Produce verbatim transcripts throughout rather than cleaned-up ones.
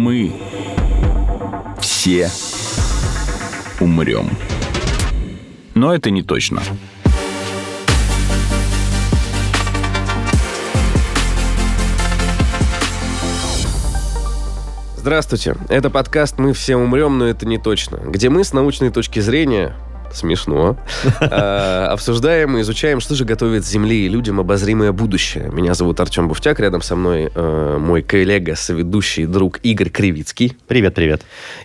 Мы все умрем. Но это не точно. Здравствуйте, это подкаст «Мы все умрем, но это не точно», где мы с научной точки зрения, смешно, обсуждаем и изучаем, что же готовит Земле и людям обозримое будущее. Меня зовут Артем Буфтяк, рядом со мной мой коллега, соведущий, друг Игорь Кривицкий. Привет-привет.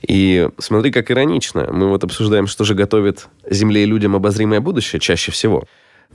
И смотри, как иронично. Мы вот обсуждаем, что же готовит Земле и людям обозримое будущее чаще всего.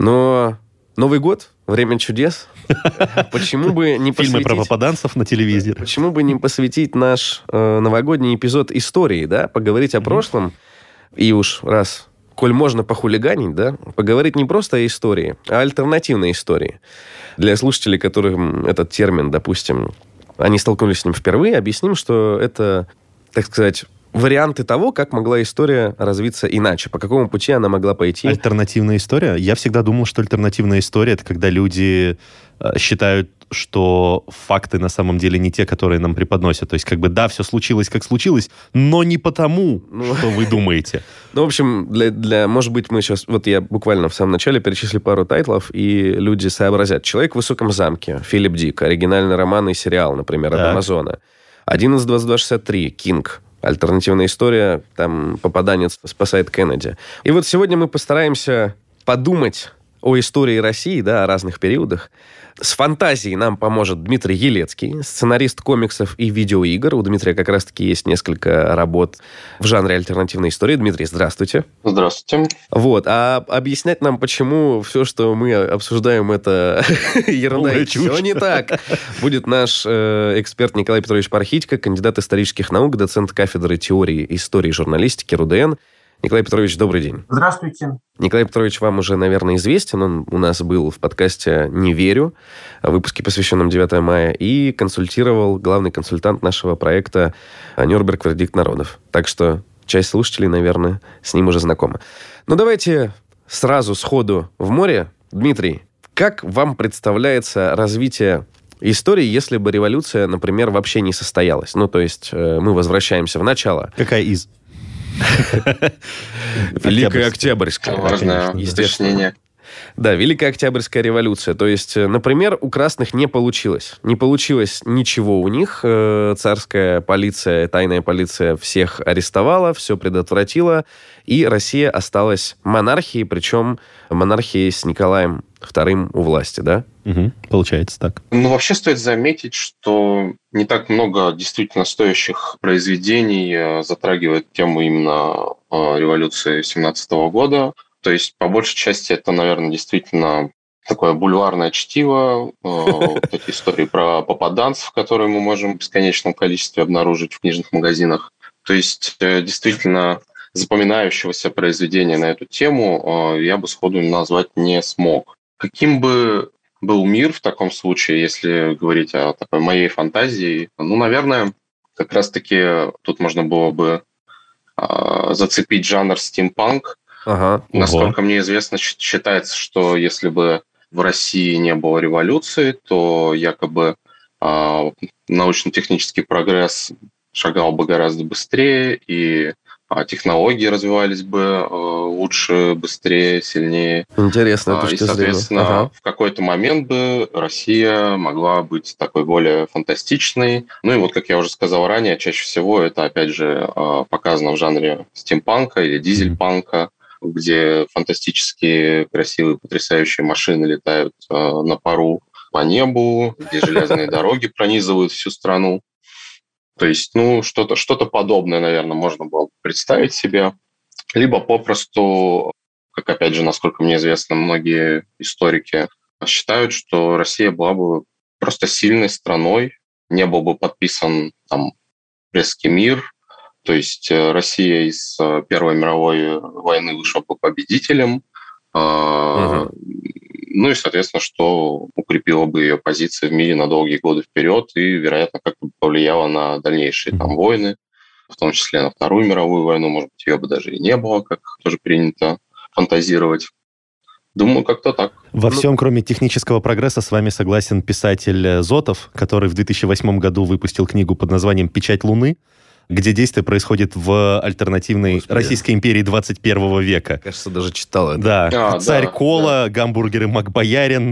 Но Новый год, время чудес. Почему бы не посвятить... Фильмы про попаданцев на телевизоре. Почему бы не посвятить наш э, новогодний эпизод истории, да? Поговорить о mm-hmm. прошлом. И уж раз, коль можно похулиганить, да? Поговорить не просто о истории, а о альтернативной истории. Для слушателей, которым этот термин, допустим, они столкнулись с ним впервые, объясним, что это, так сказать, варианты того, как могла история развиться иначе, по какому пути она могла пойти. Альтернативная история? Я всегда думал, что альтернативная история — это когда люди э, считают, что факты на самом деле не те, которые нам преподносят. То есть, как бы, да, все случилось, как случилось, но не потому, ну, что вы думаете. Ну, в общем, для, для, может быть, мы сейчас... Вот я буквально в самом начале перечислил пару тайтлов, и люди сообразят. «Человек в высоком замке», Филипп Дик, оригинальный роман и сериал, например, от Амазона. одиннадцать двадцать два шестьдесят три, Кинг. Альтернативная история, там попаданец спасает Кеннеди. И вот сегодня мы постараемся подумать о истории России, да, о разных периодах. С фантазией нам поможет Дмитрий Елецкий, сценарист комиксов и видеоигр. У Дмитрия как раз-таки есть несколько работ в жанре альтернативной истории. Дмитрий, здравствуйте. Здравствуйте. Вот, а объяснять нам, почему все, что мы обсуждаем, это ерунда и все не так, будет наш э, эксперт Николай Петрович Пархитько, кандидат исторических наук, доцент кафедры теории истории и журналистики РУДН. Николай Петрович, добрый день. Здравствуйте. Николай Петрович вам уже, наверное, известен. Он у нас был в подкасте «Не верю», в выпуске, посвященном девятому мая, и консультировал, главный консультант нашего проекта «Нюрнберг. Вердикт народов». Так что часть слушателей, наверное, с ним уже знакома. Но давайте сразу сходу в море. Дмитрий, как вам представляется развитие истории, если бы революция, например, вообще не состоялась? Ну, то есть мы возвращаемся в начало. Какая из? Великая Октябрьская. Важное уточнение. Да, Великая Октябрьская революция. То есть, например, у красных не получилось. Не получилось ничего у них. Царская полиция, тайная полиция всех арестовала, все предотвратила. И Россия осталась монархией, причем монархией с Николаем вторым у власти, да? Угу, получается так. Ну, вообще стоит заметить, что не так много действительно стоящих произведений затрагивает тему именно революции семнадцатого года. То есть, по большей части, это, наверное, действительно такое бульварное чтиво. Вот эти истории про попаданцев, которые мы можем в бесконечном количестве обнаружить в книжных магазинах. То есть, действительно, запоминающегося произведения на эту тему я бы сходу назвать не смог. Каким бы был мир в таком случае, если говорить о такой моей фантазии? Ну, наверное, как раз-таки тут можно было бы зацепить жанр стимпанк. Ага. Насколько мне известно, считается, что если бы в России не было революции, то якобы э, научно-технический прогресс шагал бы гораздо быстрее, и э, технологии развивались бы э, лучше, быстрее, сильнее. Интересно, э, И, соответственно, ага. в какой-то момент бы Россия могла быть такой более фантастичной. Ну и вот, как я уже сказал ранее, чаще всего это, опять же, э, показано в жанре стимпанка или дизельпанка, где фантастические, красивые, потрясающие машины летают э, на пару по небу, где железные дороги пронизывают всю страну. То есть, ну, что-то, что-то подобное, наверное, можно было представить себе. Либо попросту, как, опять же, насколько мне известно, многие историки считают, что Россия была бы просто сильной страной, не был бы подписан там Брестский мир. То есть Россия из Первой мировой войны вышла бы победителем, угу. Ну и, соответственно, что укрепило бы ее позиции в мире на долгие годы вперед и, вероятно, как-то повлияло на дальнейшие там войны, в том числе на Вторую мировую войну. Может быть, ее бы даже и не было, как тоже принято фантазировать. Думаю, как-то так. Во Ну, всем, кроме технического прогресса, с вами согласен писатель Зотов, который в две тысячи восьмом году выпустил книгу под названием «Печать Луны», где действие происходит в альтернативной Господи. Российской империи двадцать первого века. Кажется, даже читал это. Да, А, царь да, Кола, гамбургеры Макбоярин.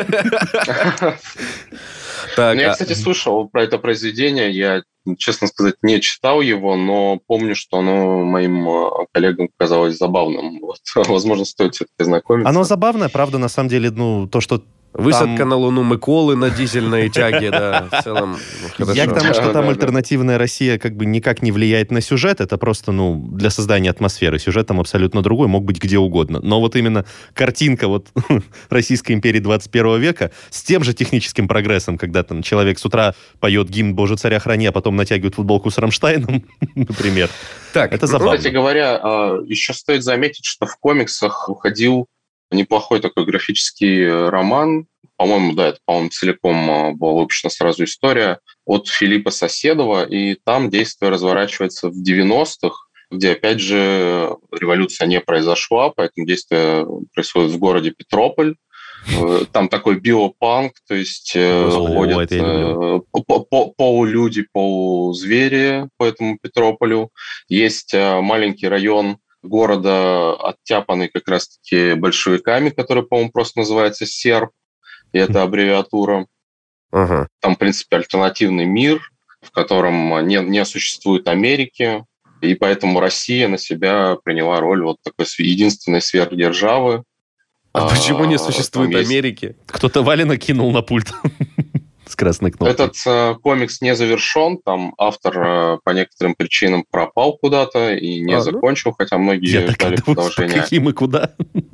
Так, Ну, я, а- кстати, слышал про это произведение. Я, честно сказать, не читал его, но помню, что оно моим э, коллегам казалось забавным. Вот. Возможно, стоит все-таки знакомиться. Оно забавное, правда, на самом деле, ну, то, что Высадка там- на Луну Миколы на дизельной тяге, да, в целом, ну, хорошо. Я к тому, что Да, там да, альтернативная Россия как бы никак не влияет на сюжет, это просто, ну, для создания атмосферы. Сюжет там абсолютно другой, мог быть где угодно. Но вот именно картинка вот Российской империи двадцать первого века с тем же техническим прогрессом, когда там человек с утра поет гимн «Боже, царя храни», а потом натягивает футболку с Рамштайном, например. Так, Это Ну, забавно. кстати говоря, э, еще стоит заметить, что в комиксах выходил неплохой такой графический э, роман. По-моему, да, это, по-моему, целиком э, была выпущена сразу история от Филиппа Соседова, и там действие разворачивается в девяностых, где, опять же, революция не произошла, поэтому действие происходит в городе Петрополь. Э, Там такой биопанк, то есть э, О, ходят это я люблю. э, по- по- полулюди, полузвери по этому Петрополю. Есть э, маленький район города, оттяпанный как раз-таки большевиками, который, по-моему, просто называется Серб, и это аббревиатура. ага. Там, в принципе, альтернативный мир, в котором не, не существует Америки, и поэтому Россия на себя приняла роль вот такой св- единственной сверхдержавы. А почему не А, существует там есть- Америки? Кто-то валено кинул на пульт с красной кнопкой. Этот э, комикс не завершен, там автор э, по некоторым причинам пропал куда-то и не А, ну. закончил, хотя многие Я так ждали и думал, продолжения. каким и куда.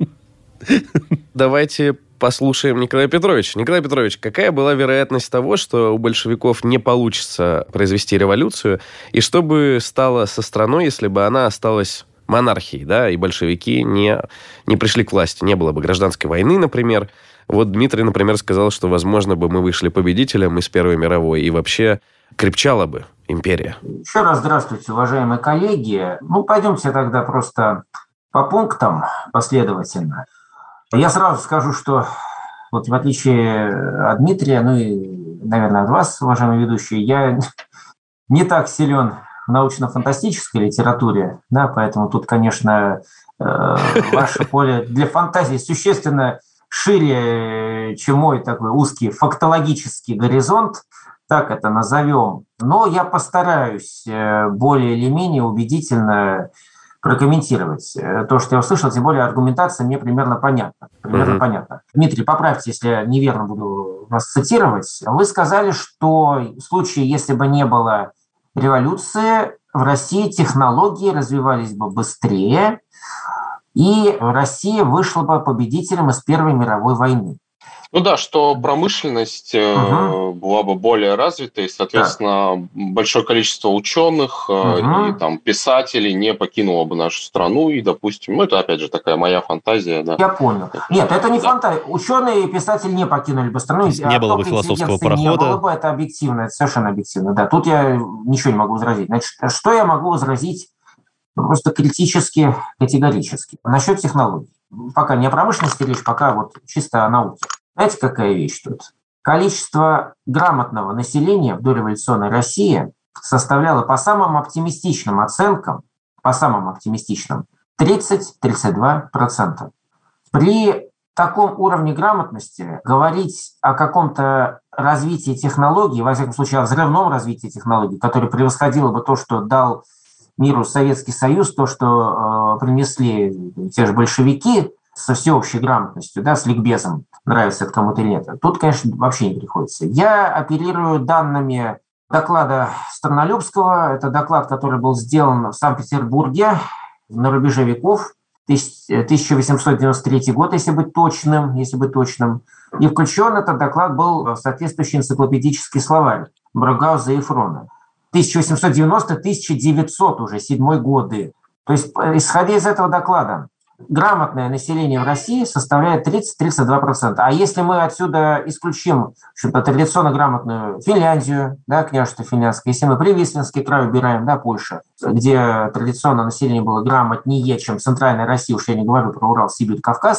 Давайте послушаем Николая Петровича. Николай Петрович, какая была вероятность того, что у большевиков не получится произвести революцию, и что бы стало со страной, если бы она осталась монархией, да, и большевики не, не пришли к власти, не было бы гражданской войны, например. Вот Дмитрий, например, сказал, что, возможно, бы мы вышли победителем из Первой мировой, и вообще крепчала бы империя. Еще раз здравствуйте, уважаемые коллеги. Ну, пойдемте тогда просто по пунктам последовательно. Я сразу скажу, что вот в отличие от Дмитрия, ну и, наверное, от вас, уважаемые ведущие, я не так силен в научно-фантастической литературе, да, поэтому тут, конечно, э, ваше поле для фантазии существенно шире, чем мой такой узкий фактологический горизонт, так это назовем. Но я постараюсь э, более или менее убедительно прокомментировать э, то, что я услышал, тем более аргументация мне примерно понятна. Примерно Мгм. понятна. Дмитрий, поправьте, если я неверно буду вас цитировать. Вы сказали, что в случае, если бы не было революции, в России технологии развивались бы быстрее, и Россия вышла бы победителем из Первой мировой войны. Ну да, что промышленность э, Мгм. была бы более развитой, и, соответственно, большое количество ученых э, Мгм. и там писателей не покинуло бы нашу страну, и, допустим, ну это опять же такая моя фантазия, да. Я понял. Нет, это не Да. фантазия. Ученые и писатели не покинули бы страну. То есть не было бы оттока философского интеллигенции парохода. Не было бы, это объективно, это совершенно объективно. Да, тут я ничего не могу возразить. Значит, что я могу возразить ну, просто критически, категорически? Насчет технологий. Пока не о промышленности речь, пока вот чисто о науке. Знаете, какая вещь тут? Количество грамотного населения в дореволюционной России составляло по самым оптимистичным оценкам, по самым оптимистичным, тридцать-тридцать два процента. При таком уровне грамотности говорить о каком-то развитии технологий, во всяком случае о взрывном развитии технологий, которое превосходило бы то, что дал миру Советский Союз, то, что э, принесли те же большевики со всеобщей грамотностью, да, с ликбезом, нравится это кому-то или нет, тут, конечно, вообще не приходится. Я оперирую данными доклада Странолюбского. Это доклад, который был сделан в Санкт-Петербурге на рубеже веков, тысяча восемьсот девяносто третий год, если быть точным, если быть точным. И включен этот доклад был в соответствующий энциклопедический словарь Брагауза и Фрона. тысяча восемьсот девяностый — тысяча девятьсот уже, седьмой годы. То есть, исходя из этого доклада, грамотное население в России составляет тридцать-тридцать два процента. А если мы отсюда исключим что-то традиционно грамотную Финляндию, да, княжество финляндское, если мы Привислинский край убираем, да, Польша, где традиционно население было грамотнее, чем центральная Россия, уж я не говорю про Урал, Сибирь, Кавказ,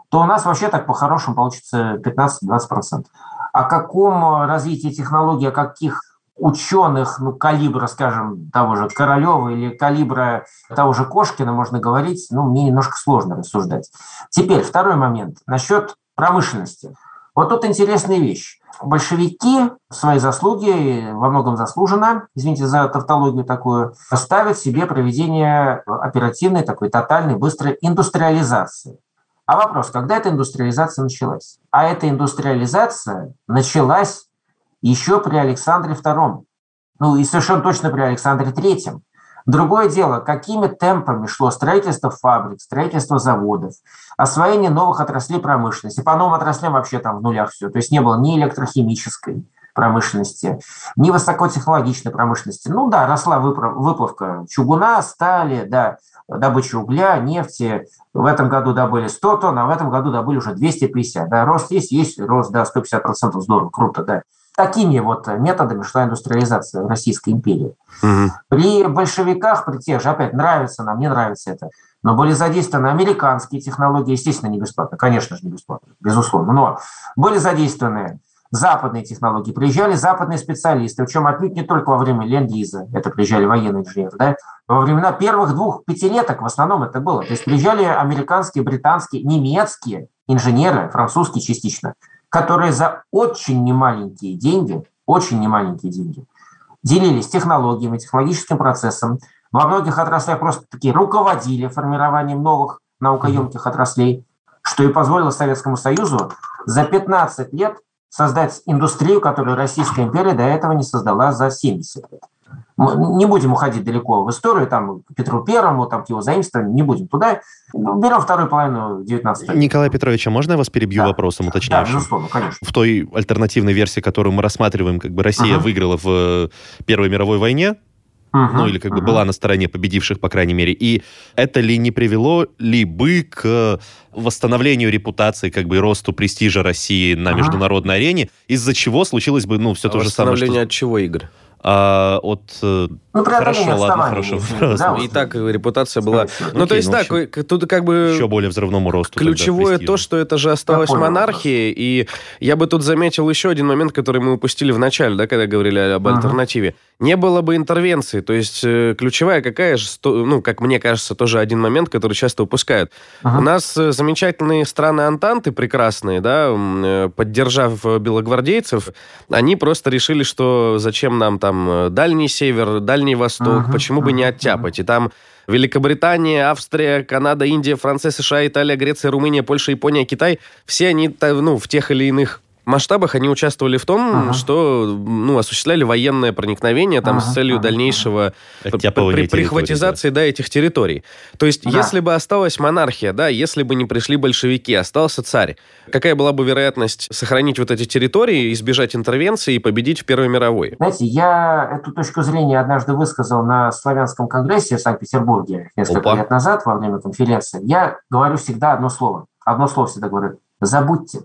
то у нас вообще так по-хорошему получится пятнадцать-двадцать процентов. О каком развитии технологий, о каких ученых, ну, калибра, скажем, того же Королева или калибра того же Кошкина можно говорить, ну, мне немножко сложно рассуждать. Теперь второй момент насчет промышленности. Вот тут интересная вещь. Большевики свои заслуги, во многом заслуженно, извините за тавтологию такую, ставят себе проведение оперативной, такой тотальной, быстрой индустриализации. А вопрос, когда эта индустриализация началась? А эта индустриализация началась еще при Александре втором. Ну и совершенно точно при Александре третьем. Другое дело, какими темпами шло строительство фабрик, строительство заводов, освоение новых отраслей промышленности. По новым отраслям вообще там в нулях все. То есть не было ни электрохимической промышленности, ни высокотехнологичной промышленности. Ну да, росла выплавка чугуна, стали, да, добыча угля, нефти. В этом году добыли сто тонн, а в этом году добыли уже двести пятьдесят. Да, рост есть, есть рост, да, сто пятьдесят процентов, здорово, круто, да. Такими вот методами шла индустриализация Российской империи. Угу. При большевиках, при тех же, опять, нравится нам, не нравится это, но были задействованы американские технологии, естественно, не бесплатно, конечно же, не бесплатно, безусловно, но были задействованы западные технологии, приезжали западные специалисты, причем отнюдь не только во время Ленд-Лиза, это приезжали военные инженеры, да, во времена первых двух пятилеток в основном это было, то есть приезжали американские, британские, немецкие инженеры, французские частично, которые за очень немаленькие деньги, очень немаленькие деньги, делились технологиями, технологическим процессом, во многих отраслях просто-таки руководили формированием новых наукоемких отраслей, что и позволило Советскому Союзу за пятнадцать лет создать индустрию, которую Российская империя до этого не создала за семьдесят лет. Мы не будем уходить далеко в историю, там, к Петру Первому, там, к его заимствованию, не будем туда. Берем вторую половину девятнадцатого века. Николай Петрович, а можно я вас перебью да. вопросом уточняющим? Да, безусловно, конечно. В той альтернативной версии, которую мы рассматриваем, как бы Россия uh-huh. выиграла в Первой мировой войне, uh-huh. ну или как uh-huh. бы была на стороне победивших, по крайней мере, и это ли не привело ли бы к восстановлению репутации, как бы и росту престижа России на uh-huh. международной арене, из-за чего случилось бы, ну, все а то же самое, что... Восстановление от чего, Игорь? А, от... Ну, хорошо, ладно, хорошо. Да, и так репутация была... Ну, то есть, так, тут как бы... Еще более взрывному росту. Ключевое то, что это же осталось монархией, и я бы тут заметил еще один момент, который мы упустили в начале, да, когда говорили об альтернативе. Не было бы интервенции, то есть ключевая какая же, ну, как мне кажется, тоже один момент, который часто упускают. У нас замечательные страны Антанты, прекрасные, да, поддержав белогвардейцев, они просто решили, что зачем нам там Там Дальний Север, Дальний Восток, uh-huh, почему бы uh-huh, не оттяпать? Uh-huh. И там Великобритания, Австрия, Канада, Индия, Франция, США, Италия, Греция, Румыния, Польша, Япония, Китай, все они, ну, в тех или иных масштабах они участвовали в том, uh-huh. что, ну, осуществляли военное проникновение там uh-huh. с целью uh-huh. дальнейшего при, прихватизации, да, этих территорий. То есть, uh-huh. если бы осталась монархия, да, если бы не пришли большевики, остался царь, какая была бы вероятность сохранить вот эти территории, избежать интервенции и победить в Первой мировой? Знаете, я эту точку зрения однажды высказал на Славянском конгрессе в Санкт-Петербурге несколько Опа. лет назад во время конференции. Я говорю всегда одно слово. Одно слово всегда говорю. Забудьте.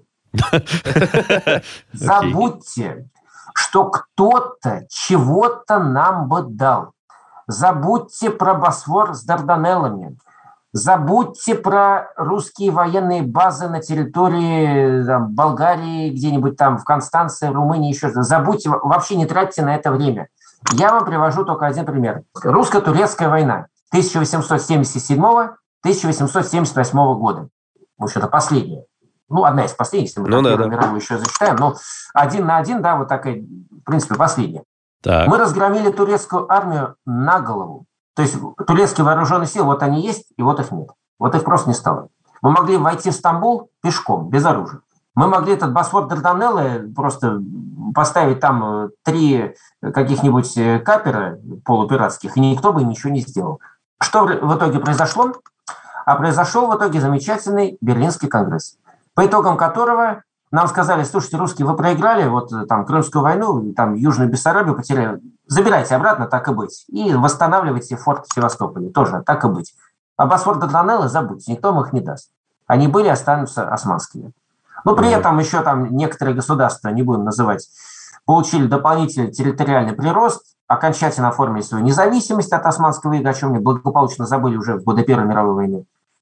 Забудьте, что кто-то чего-то нам бы дал. Забудьте про Босфор с Дарданеллами. Забудьте про русские военные базы на территории там, Болгарии, где-нибудь там в Констанции, Румынии, еще что-то. Забудьте, вообще не тратьте на это время. Я вам привожу только один пример. Русско-турецкая война тысяча восемьсот семьдесят седьмого — тысяча восемьсот семьдесят восьмого года. В общем-то, последняя. Ну, одна из последних, если мы ну, да, Первую да. мировую еще зачитаем, но один на один, да, вот такая, в принципе, последняя. Так. Мы разгромили турецкую армию на голову. То есть турецкие вооруженные силы, вот они есть, и вот их нет. Вот их просто не стало. Мы могли войти в Стамбул пешком, без оружия. Мы могли этот Босфор Дарданеллы просто поставить там три каких-нибудь капера полупиратских, и никто бы ничего не сделал. Что в итоге произошло? А произошел в итоге замечательный Берлинский конгресс, по итогам которого нам сказали: слушайте, русские, вы проиграли вот там Крымскую войну, там Южную Бессарабию потеряли, забирайте обратно, так и быть, и восстанавливайте форт в Севастополе, тоже так и быть. А Босфор Дарданеллы забудьте, никто им их не даст. Они были и останутся османскими. Но при этом еще там некоторые государства, не будем называть, получили дополнительный территориальный прирост, окончательно оформили свою независимость от османского ига, о чем мы благополучно забыли уже в годы Первой мировой войны.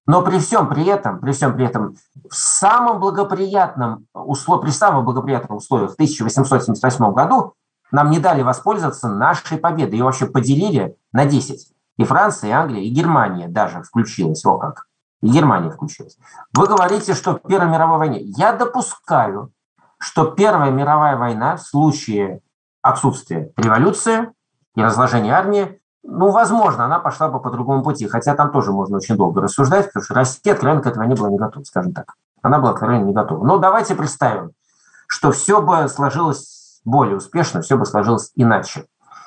Но при всем при этом, при всем при этом, в самом благоприятном услов... при самых благоприятных условиях в тысяча восемьсот семьдесят восьмом году нам не дали воспользоваться нашей победой. Ее вообще поделили на десять. И Франция, и Англия, и Германия даже включилась. О как. И Германия включилась. Вы говорите, что в Первой мировой войне. Я допускаю, что Первая мировая война в случае отсутствия революции и разложения армии, ну, возможно, она пошла бы по другому пути. Хотя там тоже можно очень долго рассуждать, потому что Россия откровенно к этому не была не готова, скажем так. Она была откровенно не готова. Но давайте представим, что все бы сложилось более успешно, все бы сложилось иначе.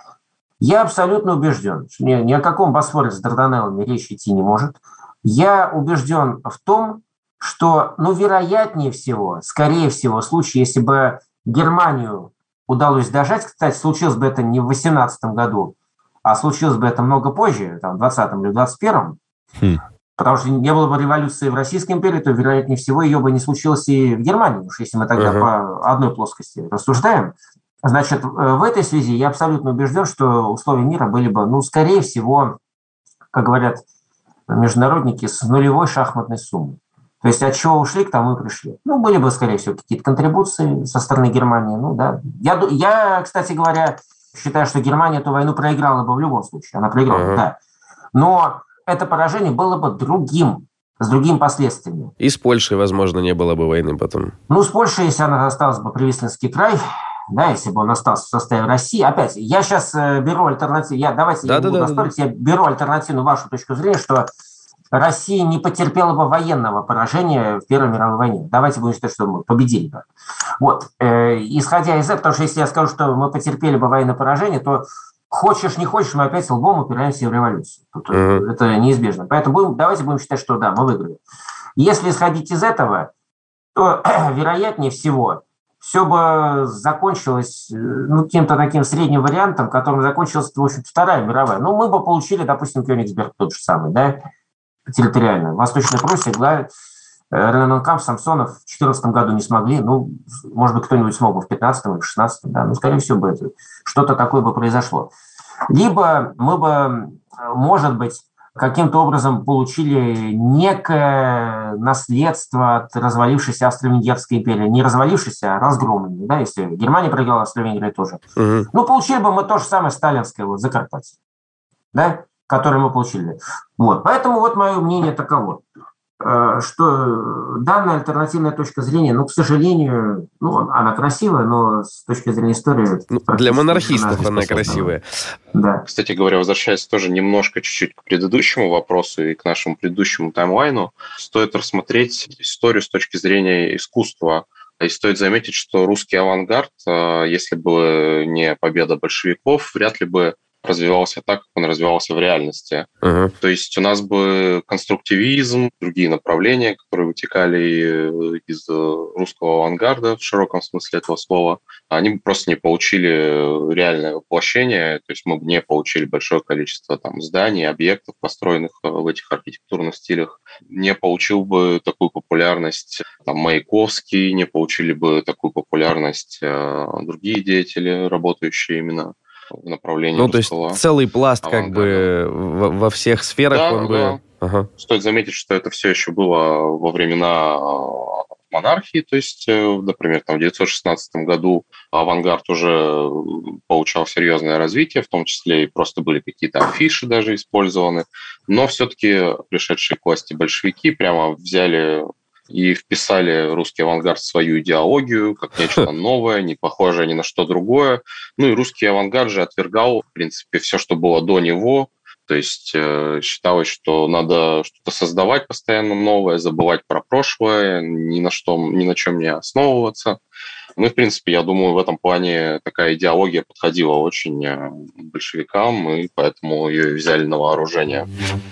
Я абсолютно убежден, что ни, ни о каком Босфоре с Дарданеллами речь идти не может. Я убежден в том, что, ну, вероятнее всего, скорее всего, в случае, если бы Германию удалось дожать, кстати, случилось бы это не в восемнадцатом году, а случилось бы это много позже, там, в двадцатом или двадцать первом, хм. потому что не было бы революции в Российской империи, то, вероятнее всего, ее бы не случилось и в Германии, уж если мы тогда uh-huh. по одной плоскости рассуждаем. Значит, в этой связи я абсолютно убежден, что условия мира были бы, ну, скорее всего, как говорят международники, с нулевой шахматной суммой. То есть от чего ушли, к тому и пришли. Ну, были бы, скорее всего, какие-то контрибуции со стороны Германии. Ну, да. Я, я, кстати говоря, считаю, что Германия эту войну проиграла бы в любом случае. Она проиграла, uh-huh. да. Но это поражение было бы другим, с другими последствиями. И с Польшей, возможно, не было бы войны потом. Ну, с Польшей, если она осталась бы Привислинский край, да, если бы он остался в составе России. Опять, я сейчас беру альтернативу, я, давайте да, я да, буду да, спорить, да. я беру альтернативную вашу точку зрения, что Россия не потерпела бы военного поражения в Первой мировой войне. Давайте будем считать, что мы победили бы. Вот. Э, исходя из этого, потому что если я скажу, что мы потерпели бы военное поражение, то хочешь, не хочешь, мы опять лбом упираемся в революцию. Тут, mm-hmm. Это неизбежно. Поэтому будем, давайте будем считать, что да, мы выиграли. Если исходить из этого, то вероятнее всего все бы закончилось ну, каким-то таким средним вариантом, которым закончилась, в общем, Вторая мировая. Ну, мы бы получили, допустим, Кёнигсберг тот же самый, да, территориально. Восточная Пруссия, Гла... Рененкамп, Самсонов в две тысячи четырнадцатом году не смогли. Ну, может быть, кто-нибудь смог бы в пятнадцатом или в шестнадцатом, да. Ну, скорее всего, бы это, что-то такое бы произошло. Либо мы бы, может быть, каким-то образом получили некое наследство от развалившейся Австро-Венгерской империи. Не развалившейся, а разгромленной, да, если Германия проиграла, Австро-Венгрия тоже. Угу. Ну, получили бы мы то же самое сталинское вот, Закарпатье, да, которое мы получили. Вот. Поэтому вот мое мнение таково, что данная альтернативная точка зрения, ну, к сожалению, ну, она красивая, но с точки зрения истории... Ну, для монархистов она, она красивая. Да. Кстати говоря, возвращаясь тоже немножко чуть-чуть к предыдущему вопросу и к нашему предыдущему таймлайну, стоит рассмотреть историю с точки зрения искусства. И стоит заметить, что русский авангард, если бы не победа большевиков, вряд ли бы развивался так, как он развивался в реальности. Uh-huh. То есть у нас бы конструктивизм, другие направления, которые вытекали из русского авангарда в широком смысле этого слова, они бы просто не получили реальное воплощение, то есть мы бы не получили большое количество там, зданий, объектов, построенных в этих архитектурных стилях, не получил бы такую популярность там, Маяковский, не получили бы такую популярность э, другие деятели, работающие именно в направлении ну, русского. Ну, то есть целый пласт авангарда. Как бы во, во всех сферах да, он да. бы... Ага. Стоит заметить, что это все еще было во времена монархии, то есть, например, там, в девятьсот шестнадцатом году авангард уже получал серьезное развитие, в том числе и просто были какие-то афиши даже использованы, но все-таки пришедшие к власти большевики прямо взяли... и вписали русский авангард в свою идеологию, как нечто новое, не похожее ни на что другое. Ну и русский авангард же отвергал, в принципе, все, что было до него. То есть э, считалось, что надо что-то создавать постоянно новое, забывать про прошлое, ни на что, ни на чем не основываться. Ну и, в принципе, я думаю, в этом плане такая идеология подходила очень большевикам, и поэтому ее и взяли на вооружение.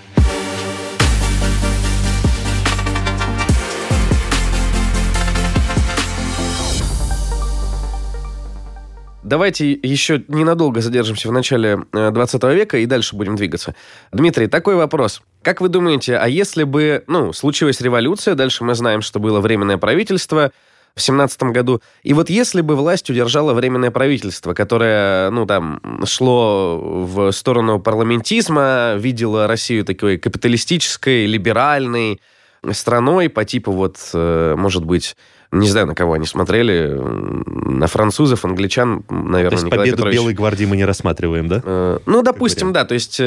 Давайте еще ненадолго задержимся в начале двадцатого века и дальше будем двигаться. Дмитрий, такой вопрос. Как вы думаете, а если бы, ну, случилась революция, дальше мы знаем, что было временное правительство, в семнадцатом году. И вот если бы власть удержала временное правительство, которое, ну, там, шло в сторону парламентизма, видело Россию такой капиталистической, либеральной страной по типу вот, может быть, не знаю, на кого они смотрели, на французов, англичан, наверное, то есть Николай победу Петрович. Белой гвардии мы не рассматриваем, да? Э, ну, допустим, да. То есть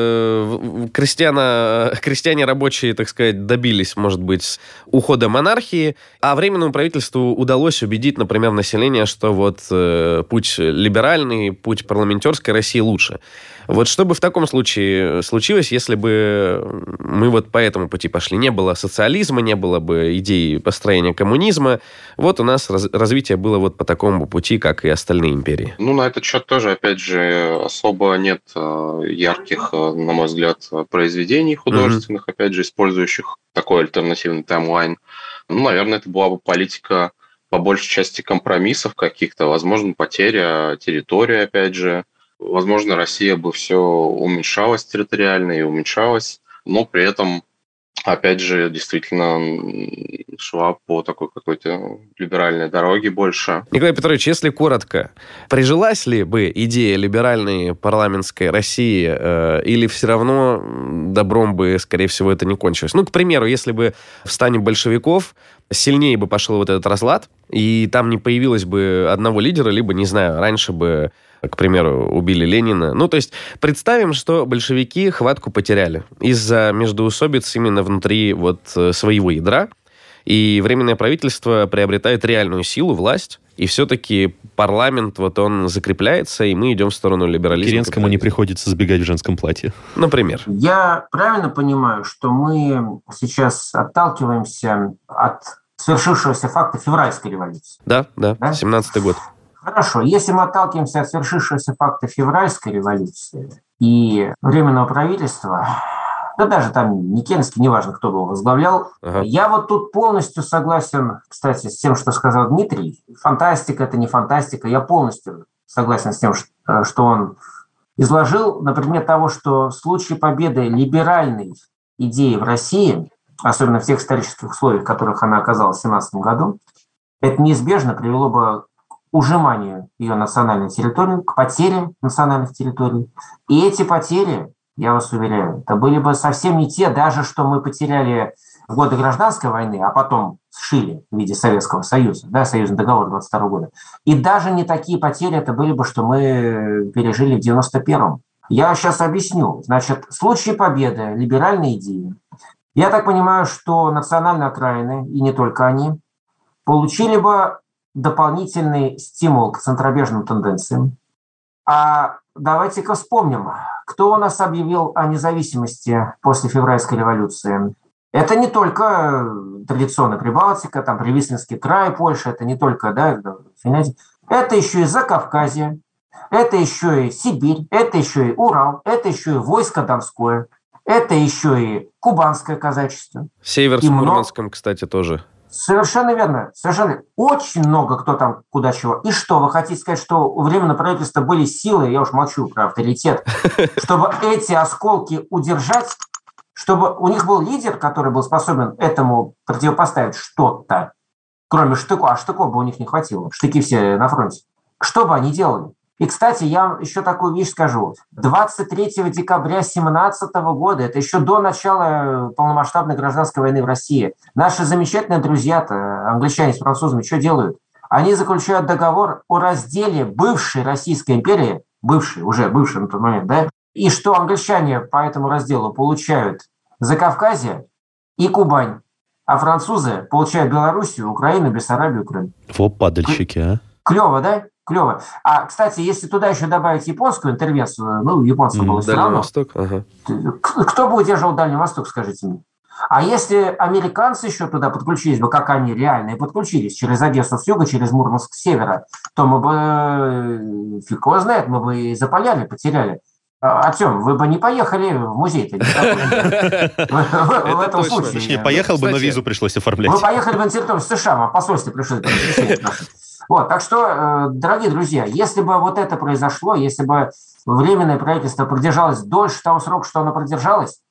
э, крестьяна, крестьяне рабочие, так сказать, добились, может быть, ухода монархии, а Временному правительству удалось убедить, например, население, что вот э, путь либеральный, путь парламентерской России лучше. Вот что бы в таком случае случилось, если бы мы вот по этому пути пошли? Не было социализма, не было бы идеи построения коммунизма. Вот у нас раз, развитие было вот по такому пути, как и остальные империи. Ну, на этот счет тоже, опять же, особо нет ярких, на мой взгляд, произведений художественных, mm-hmm. опять же, использующих такой альтернативный таймлайн. Ну, наверное, это была бы политика по большей части компромиссов каких-то, возможно, потеря территории, опять же. Возможно, Россия бы все уменьшалась территориально и уменьшалась, но при этом, опять же, действительно шла по такой какой-то либеральной дороге больше. Николай Петрович, если коротко, прижилась ли бы идея либеральной парламентской России, э, или все равно добром бы, скорее всего, это не кончилось? Ну, к примеру, если бы в стане большевиков сильнее бы пошел вот этот разлад, и там не появилось бы одного лидера, либо, не знаю, раньше бы, к примеру, убили Ленина. Ну, то есть представим, что большевики хватку потеряли из-за междоусобиц именно внутри вот своего ядра, и Временное правительство приобретает реальную силу, власть, и все-таки парламент, вот он закрепляется, и мы идем в сторону либерализма. Керенскому не приходится сбегать в женском платье. Например. Я правильно понимаю, что мы сейчас отталкиваемся от свершившегося факта февральской революции? Да, да, да? семнадцатый год. Хорошо. Если мы отталкиваемся от свершившегося факта февральской революции и Временного правительства, да даже там Никенский, неважно, кто его возглавлял, ага. я вот тут полностью согласен, кстати, с тем, что сказал Дмитрий. Фантастика – это не фантастика. Я полностью согласен с тем, что он изложил на предмет того, что в случае победы либеральной идеи в России, особенно в тех исторических условиях, в которых она оказалась в семнадцатом году, это неизбежно привело бы к ужиманию ее национальной территории, к потере национальных территорий. И эти потери, я вас уверяю, это были бы совсем не те, даже что мы потеряли в годы гражданской войны, а потом сшили в виде Советского Союза, да, союзный договор двадцать второго года. И даже не такие потери это были бы, что мы пережили в девяносто первом. Я сейчас объясню. Значит, в случае победы либеральной идеи, я так понимаю, что национальные окраины, и не только они, получили бы дополнительный стимул к центробежным тенденциям. А давайте-ка вспомним, кто у нас объявил о независимости после февральской революции. Это не только традиционная Прибалтика, там Привислинский край, Польша, это не только, да, Финляндия. Это еще и Закавказье, это еще и Сибирь, это еще и Урал, это еще и войско Донское, это еще и Кубанское казачество. Север с Мурманском, много... кстати, тоже. Совершенно верно. Совершенно. Очень много кто там куда чего. И что, вы хотите сказать, что у Временного правительства были силы, я уж молчу про авторитет, чтобы эти осколки удержать, чтобы у них был лидер, который был способен этому противопоставить что-то, кроме штыков, а штыков бы у них не хватило. Штыки все на фронте. Что бы они делали? И, кстати, я вам еще такую вещь скажу. двадцать третьего декабря семнадцатого года, это еще до начала полномасштабной гражданской войны в России, наши замечательные друзья-то, англичане с французами, что делают? Они заключают договор о разделе бывшей Российской империи, бывшей, уже бывшей на тот момент, да, и что англичане по этому разделу получают Закавказье и Кубань, а французы получают Белоруссию, Украину, Бессарабию, Крым. Во, падальщики, а? Клево, да? Клево. А, кстати, если туда еще добавить японскую интервенцию, ну, японская была все равно. Восток, ага. Кто бы удерживал Дальний Восток, скажите мне? А если американцы еще туда подключились бы, как они реально и подключились, через Одессу с юга, через Мурманск с севера, то мы бы, фиг его знает, мы бы и запаляли, потеряли. Артем, вы бы не поехали в музей-то? В этом случае. Точнее, поехал бы, но визу пришлось оформлять. Вы поехали бы на территорию США, а посольство пришлось бы. Вот, так что, дорогие друзья, если бы вот это произошло, если бы Временное правительство продержалось дольше того срока, что оно продержалось,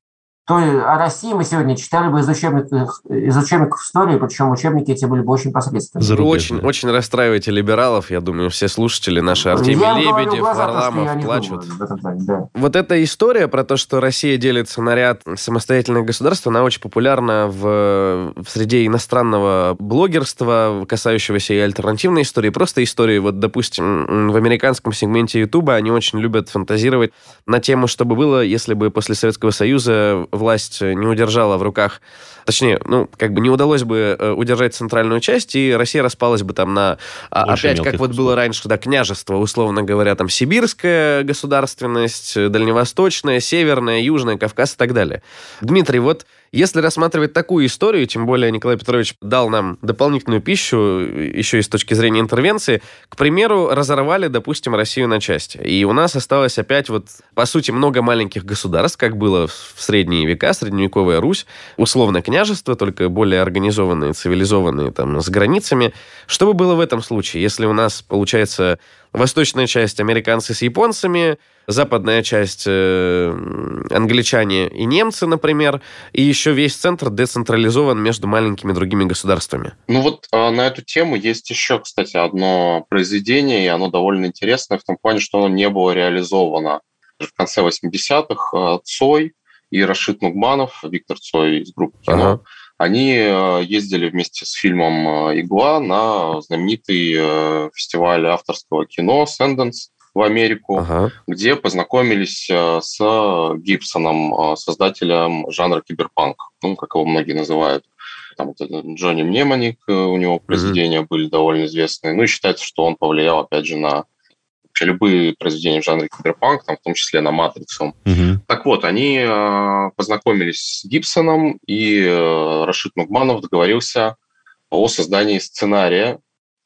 то о России мы сегодня читали бы из учебников, из учебников истории, причем учебники эти были бы очень посредственные. Вы очень, очень расстраиваете либералов, я думаю, все слушатели наши, Артемий я Лебедев, глаза, Варламов, плачут. Думаю, да. Вот эта история про то, что Россия делится на ряд самостоятельных государств, она очень популярна в, в среде иностранного блогерства, касающегося и альтернативной истории, просто истории. Вот, допустим, в американском сегменте Ютуба они очень любят фантазировать на тему, что бы было, если бы после Советского Союза власть не удержала в руках, точнее, ну, как бы не удалось бы удержать центральную часть, и Россия распалась бы там на, больше опять, как вот было раньше, когда княжество, условно говоря, там, сибирская государственность, дальневосточная, северная, южная, Кавказ и так далее. Дмитрий, вот если рассматривать такую историю, тем более Николай Петрович дал нам дополнительную пищу, еще и с точки зрения интервенции, к примеру, разорвали, допустим, Россию на части. И у нас осталось опять вот, по сути, много маленьких государств, как было в средние века, средневековая Русь, условно княжество, только более организованные, цивилизованные, там, с границами. Что бы было в этом случае, если у нас, получается, восточная часть американцы с японцами, западная часть э, англичане и немцы, например, и еще весь центр децентрализован между маленькими другими государствами? Ну вот э, на эту тему есть еще, кстати, одно произведение, и оно довольно интересное в том плане, что оно не было реализовано. В конце восьмидесятых э, Цой и Рашид Нугманов, Виктор Цой из группы «Кино», ага. они э, ездили вместе с фильмом «Игла» на знаменитый э, фестиваль авторского кино «Сэнденс» в Америку, ага. где познакомились с Гибсоном, создателем жанра киберпанк, ну, как его многие называют. Там вот Джонни Мнемоник, у него произведения mm-hmm. были довольно известные. Ну и считается, что он повлиял, опять же, на вообще любые произведения в жанре киберпанк, там, в том числе на «Матрицу». Mm-hmm. Так вот, они познакомились с Гибсоном, и Рашид Нугманов договорился о создании сценария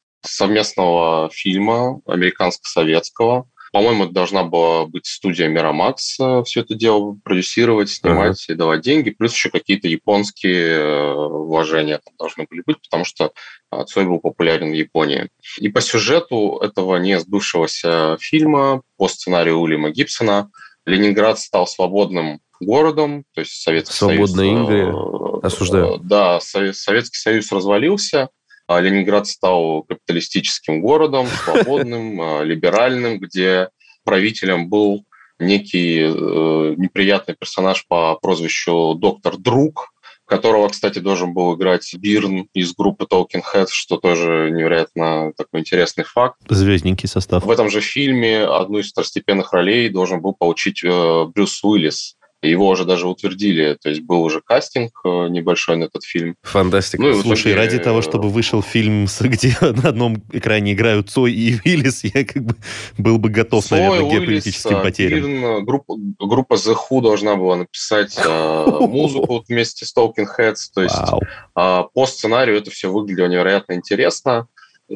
совместного фильма американско-советского. По-моему, это должна была быть студия Мирамакс все это дело продюсировать, снимать uh-huh. и давать деньги. Плюс еще какие-то японские вложения там должны были быть, потому что Цой был популярен в Японии. И по сюжету этого не сбывшегося фильма, по сценарию Уильяма Гибсона, Ленинград стал свободным городом, то есть Советский Свободная Союз... Ингрия. Осуждаю. Да, Советский Союз развалился, Ленинград стал капиталистическим городом, свободным, либеральным, где правителем был некий э, неприятный персонаж по прозвищу Доктор Друг, которого, кстати, должен был играть Бирн из группы Talking Heads, что тоже невероятно такой интересный факт. Звездненький состав. В этом же фильме одну из второстепенных ролей должен был получить э, Брюс Уиллис. Его уже даже утвердили, то есть был уже кастинг небольшой на этот фильм. Фантастика. Ну, слушай, итоге... ради того, чтобы вышел фильм, где на одном экране играют Цой и Уиллис, я как бы был бы готов, Цой, наверное, к геополитическим Уиллис, потерям. Бирн, группа, группа The Who должна была написать музыку вместе с Talking Heads, то есть по сценарию это все выглядело невероятно интересно.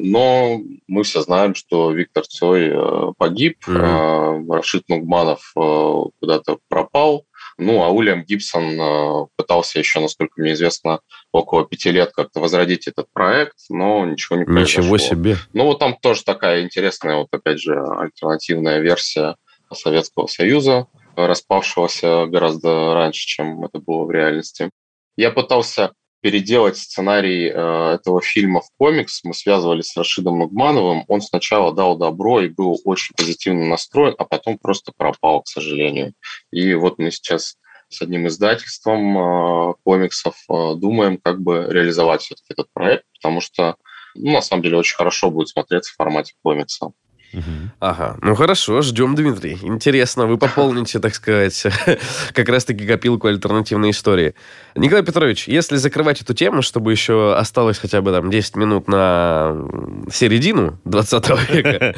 Но мы все знаем, что Виктор Цой погиб, mm-hmm. Рашид Нугманов куда-то пропал. Ну, а Уильям Гибсон пытался еще, насколько мне известно, около пяти лет как-то возродить этот проект, но ничего не произошло. Ничего себе. Ну, вот там тоже такая интересная, вот опять же, альтернативная версия Советского Союза, распавшегося гораздо раньше, чем это было в реальности. Я пытался переделать сценарий э, этого фильма в комикс. Мы связывались с Рашидом Нугмановым. Он сначала дал добро и был очень позитивно настроен, а потом просто пропал, к сожалению. И вот мы сейчас с одним издательством э, комиксов э, думаем, как бы реализовать все-таки этот проект, потому что, ну, на самом деле, очень хорошо будет смотреться в формате комикса. Угу. Ага, ну хорошо, ждем, Дмитрий. Интересно, вы пополните, так сказать, как раз-таки копилку альтернативной истории. Николай Петрович, если закрывать эту тему, чтобы еще осталось хотя бы там десять минут на середину двадцатого века,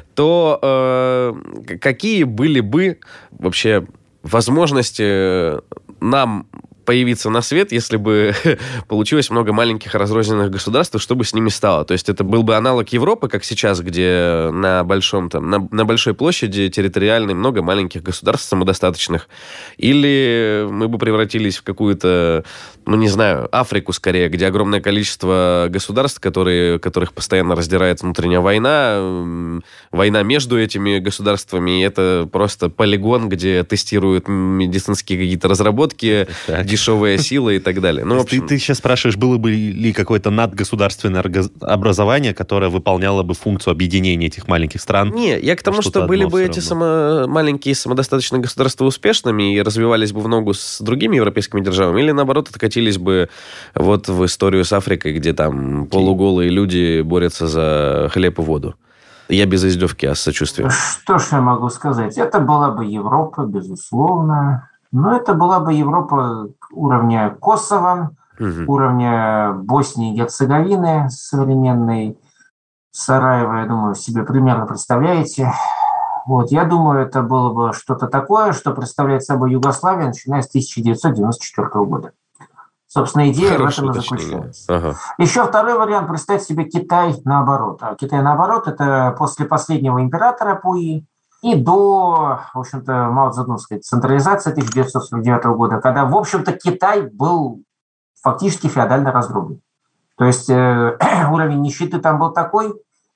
то э, какие были бы вообще возможности нам появиться на свет, если бы получилось много маленьких разрозненных государств, что бы с ними стало. То есть это был бы аналог Европы, как сейчас, где на, большом, там, на, на большой площади территориальной много маленьких государств самодостаточных. Или мы бы превратились в какую-то, ну, не знаю, Африку скорее, где огромное количество государств, которые, которых постоянно раздирает внутренняя война, война между этими государствами, и это просто полигон, где тестируют медицинские какие-то разработки, так. дешевая сила и так далее. Ну, в общем... ты, ты сейчас спрашиваешь, было бы ли какое-то надгосударственное образование, которое выполняло бы функцию объединения этих маленьких стран? Не, я к тому, что были бы эти само... маленькие самодостаточные государства успешными и развивались бы в ногу с другими европейскими державами, или, наоборот, откатились бы вот в историю с Африкой, где там полуголые люди борются за хлеб и воду. Я без издевки, а с сочувствием. Что ж я могу сказать? Это была бы Европа, безусловно. Но это была бы Европа уровня Косово, угу. уровня Боснии и Герцеговины, современной Сараево, я думаю, себе примерно представляете. Вот, я думаю, это было бы что-то такое, что представляет собой Югославия, начиная с тысяча девятьсот девяносто четвёртого года. Собственно, идея Хорошо, в этом и заключается. Ага. Еще второй вариант. Представьте себе Китай наоборот. А Китай наоборот – это после последнего императора Пуи и до, в общем-то, Мао Цзэдуновской централизации тысяча девятьсот сорок девятого года, когда, в общем-то, Китай был фактически феодально раздроблен. То есть э, уровень нищеты там был такой,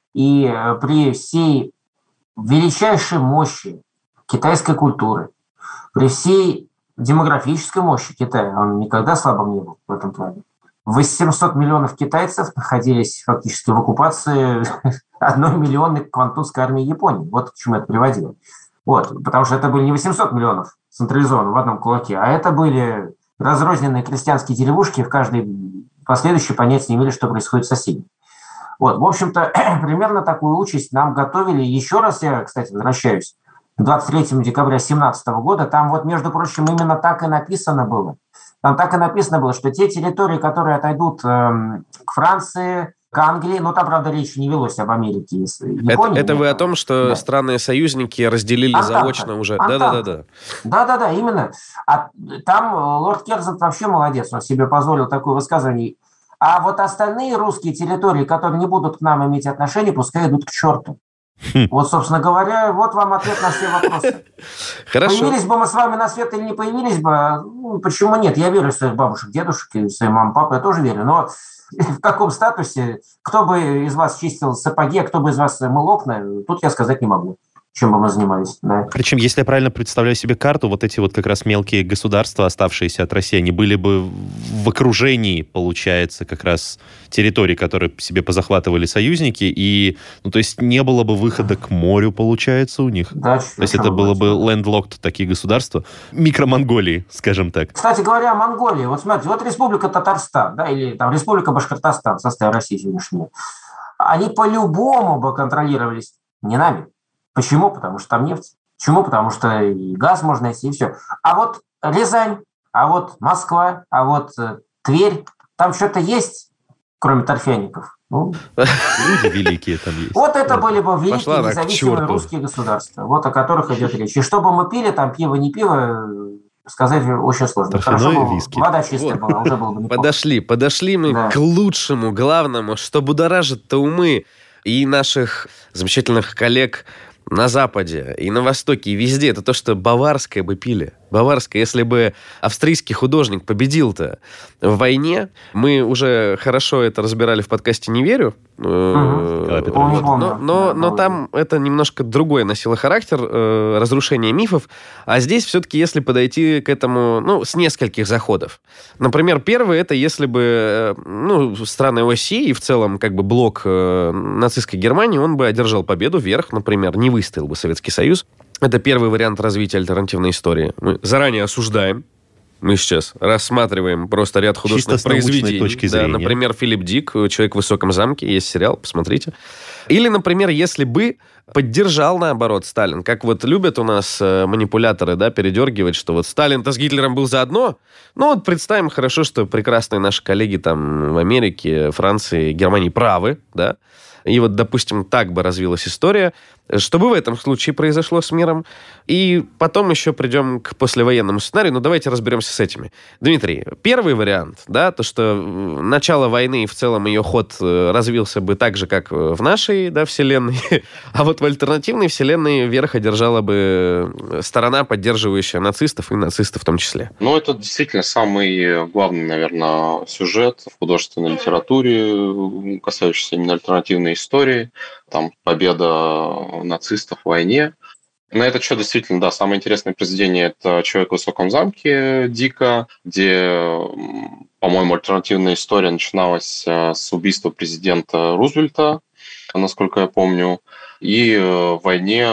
и э, при всей величайшей мощи китайской культуры, при всей демографической мощи Китая, он никогда слабым не был в этом плане. восемьсот миллионов китайцев находились фактически в оккупации одной миллионной квантунской армии Японии. Вот к чему это приводило. Вот, потому что это были не восемьсот миллионов централизованных в одном кулаке, а это были разрозненные крестьянские деревушки, в каждой последующей понятия не имели, что происходит в соседней. Вот, в общем-то, примерно такую участь нам готовили. Еще раз я, кстати, возвращаюсь двадцать третьего декабря две тысячи семнадцатого года, там вот, между прочим, именно так и написано было. Там так и написано было, что те территории, которые отойдут э, к Франции, к Англии, ну, там, правда, речь не велось об Америке и Японии. Это, это вы о том, что да. странные-союзники разделили Антанта. заочно уже? Да-да-да. Да-да-да, именно. А там лорд Керзент вообще молодец, он себе позволил такое высказывание. А вот остальные русские территории, которые не будут к нам иметь отношения, пускай идут к черту. Вот, собственно говоря, вот вам ответ на все вопросы. Хорошо. Появились бы мы с вами на свет или не появились бы, ну, почему нет? Я верю в своих бабушек, дедушек, и в своей маму, папу, я тоже верю. Но в каком статусе, кто бы из вас чистил сапоги, а кто бы из вас мыл окна, тут я сказать не могу, чем бы мы занимались. Да. Причем, если я правильно представляю себе карту, вот эти вот как раз мелкие государства, оставшиеся от России, они были бы в окружении, получается, как раз территорий, которые себе позахватывали союзники, и, ну, то есть не было бы выхода к морю, получается, у них. Да, то есть это было бы landlocked такие государства, микро-Монголии, скажем так. Кстати говоря, о Монголии, вот смотрите, вот Республика Татарстан, да, или там Республика Башкортостан в составе России сегодняшней, они по-любому бы контролировались не нами. Почему? Потому что там нефть. Почему? Потому что и газ можно найти, и все. А вот Рязань, а вот Москва, а вот э, Тверь, там что-то есть, кроме торфяников? Ну, люди великие там есть. Вот это были бы великие независимые русские государства, вот о которых идет речь. И что бы мы пили, там пиво, не пиво, сказать очень сложно. Хорошо бы вода чистая была, уже было бы неплохо. Подошли, подошли мы к лучшему, главному, что будоражит-то умы и наших замечательных коллег на Западе и на Востоке, и везде, это то, что баварское бы пили. Баварское. Если бы австрийский художник победил-то в войне, мы уже хорошо это разбирали в подкасте «Не верю». Угу. Вот. Но, но, но там это немножко другой носило характер, э, разрушение мифов. А здесь все-таки, если подойти к этому, ну, с нескольких заходов. Например, первый, это если бы, ну, страны оси и в целом как бы блок э, нацистской Германии, он бы одержал победу вверх, например, не выстоял бы Советский Союз. Это первый вариант развития альтернативной истории. Мы заранее осуждаем. Мы сейчас рассматриваем просто ряд художественных произведений. Точки да, например, Филипп Дик, «Человек в высоком замке», есть сериал, посмотрите. Или, например, если бы поддержал, наоборот, Сталин. Как вот любят у нас э, манипуляторы, да, передергивать, что вот Сталин-то с Гитлером был заодно. Ну вот представим хорошо, что прекрасные наши коллеги там в Америке, Франции, Германии правы, да. И вот, допустим, так бы развилась история. Что бы в этом случае произошло с миром? И потом еще придем к послевоенному сценарию, но давайте разберемся с этими. Дмитрий, первый вариант, да, то, что начало войны и в целом ее ход развился бы так же, как в нашей, да, вселенной, а вот в альтернативной вселенной верх одержала бы сторона, поддерживающая нацистов и нацистов в том числе. Ну, это действительно самый главный, наверное, сюжет в художественной литературе, касающийся именно альтернативной истории. Там победа нацистов в войне. На этот счет действительно, да, самое интересное произведение – это «Человек в высоком замке» Дика, где, по-моему, альтернативная история начиналась с убийства президента Рузвельта, насколько я помню, и в войне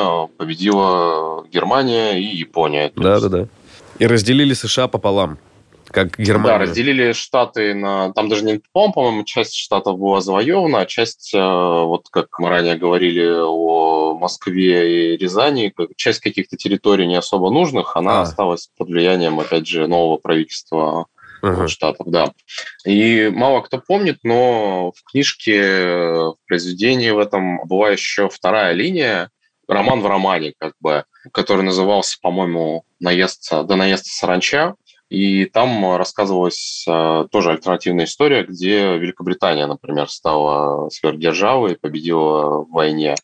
победила Германия и Япония. Да-да-да. И разделили США пополам. Как Германия. Да, разделили Штаты на... Там даже не пополам, по-моему, часть Штатов была завоевана, а часть, вот как мы ранее говорили о Москве и Рязани, часть каких-то территорий не особо нужных, она а. осталась под влиянием, опять же, нового правительства uh-huh. Штатов, да. И мало кто помнит, но в книжке, в произведении в этом была еще вторая линия, роман в романе, как бы, который назывался, по-моему, «Наезд, «До наезда саранча». И там рассказывалась э, тоже альтернативная история, где Великобритания, например, стала сверхдержавой и победила в войне.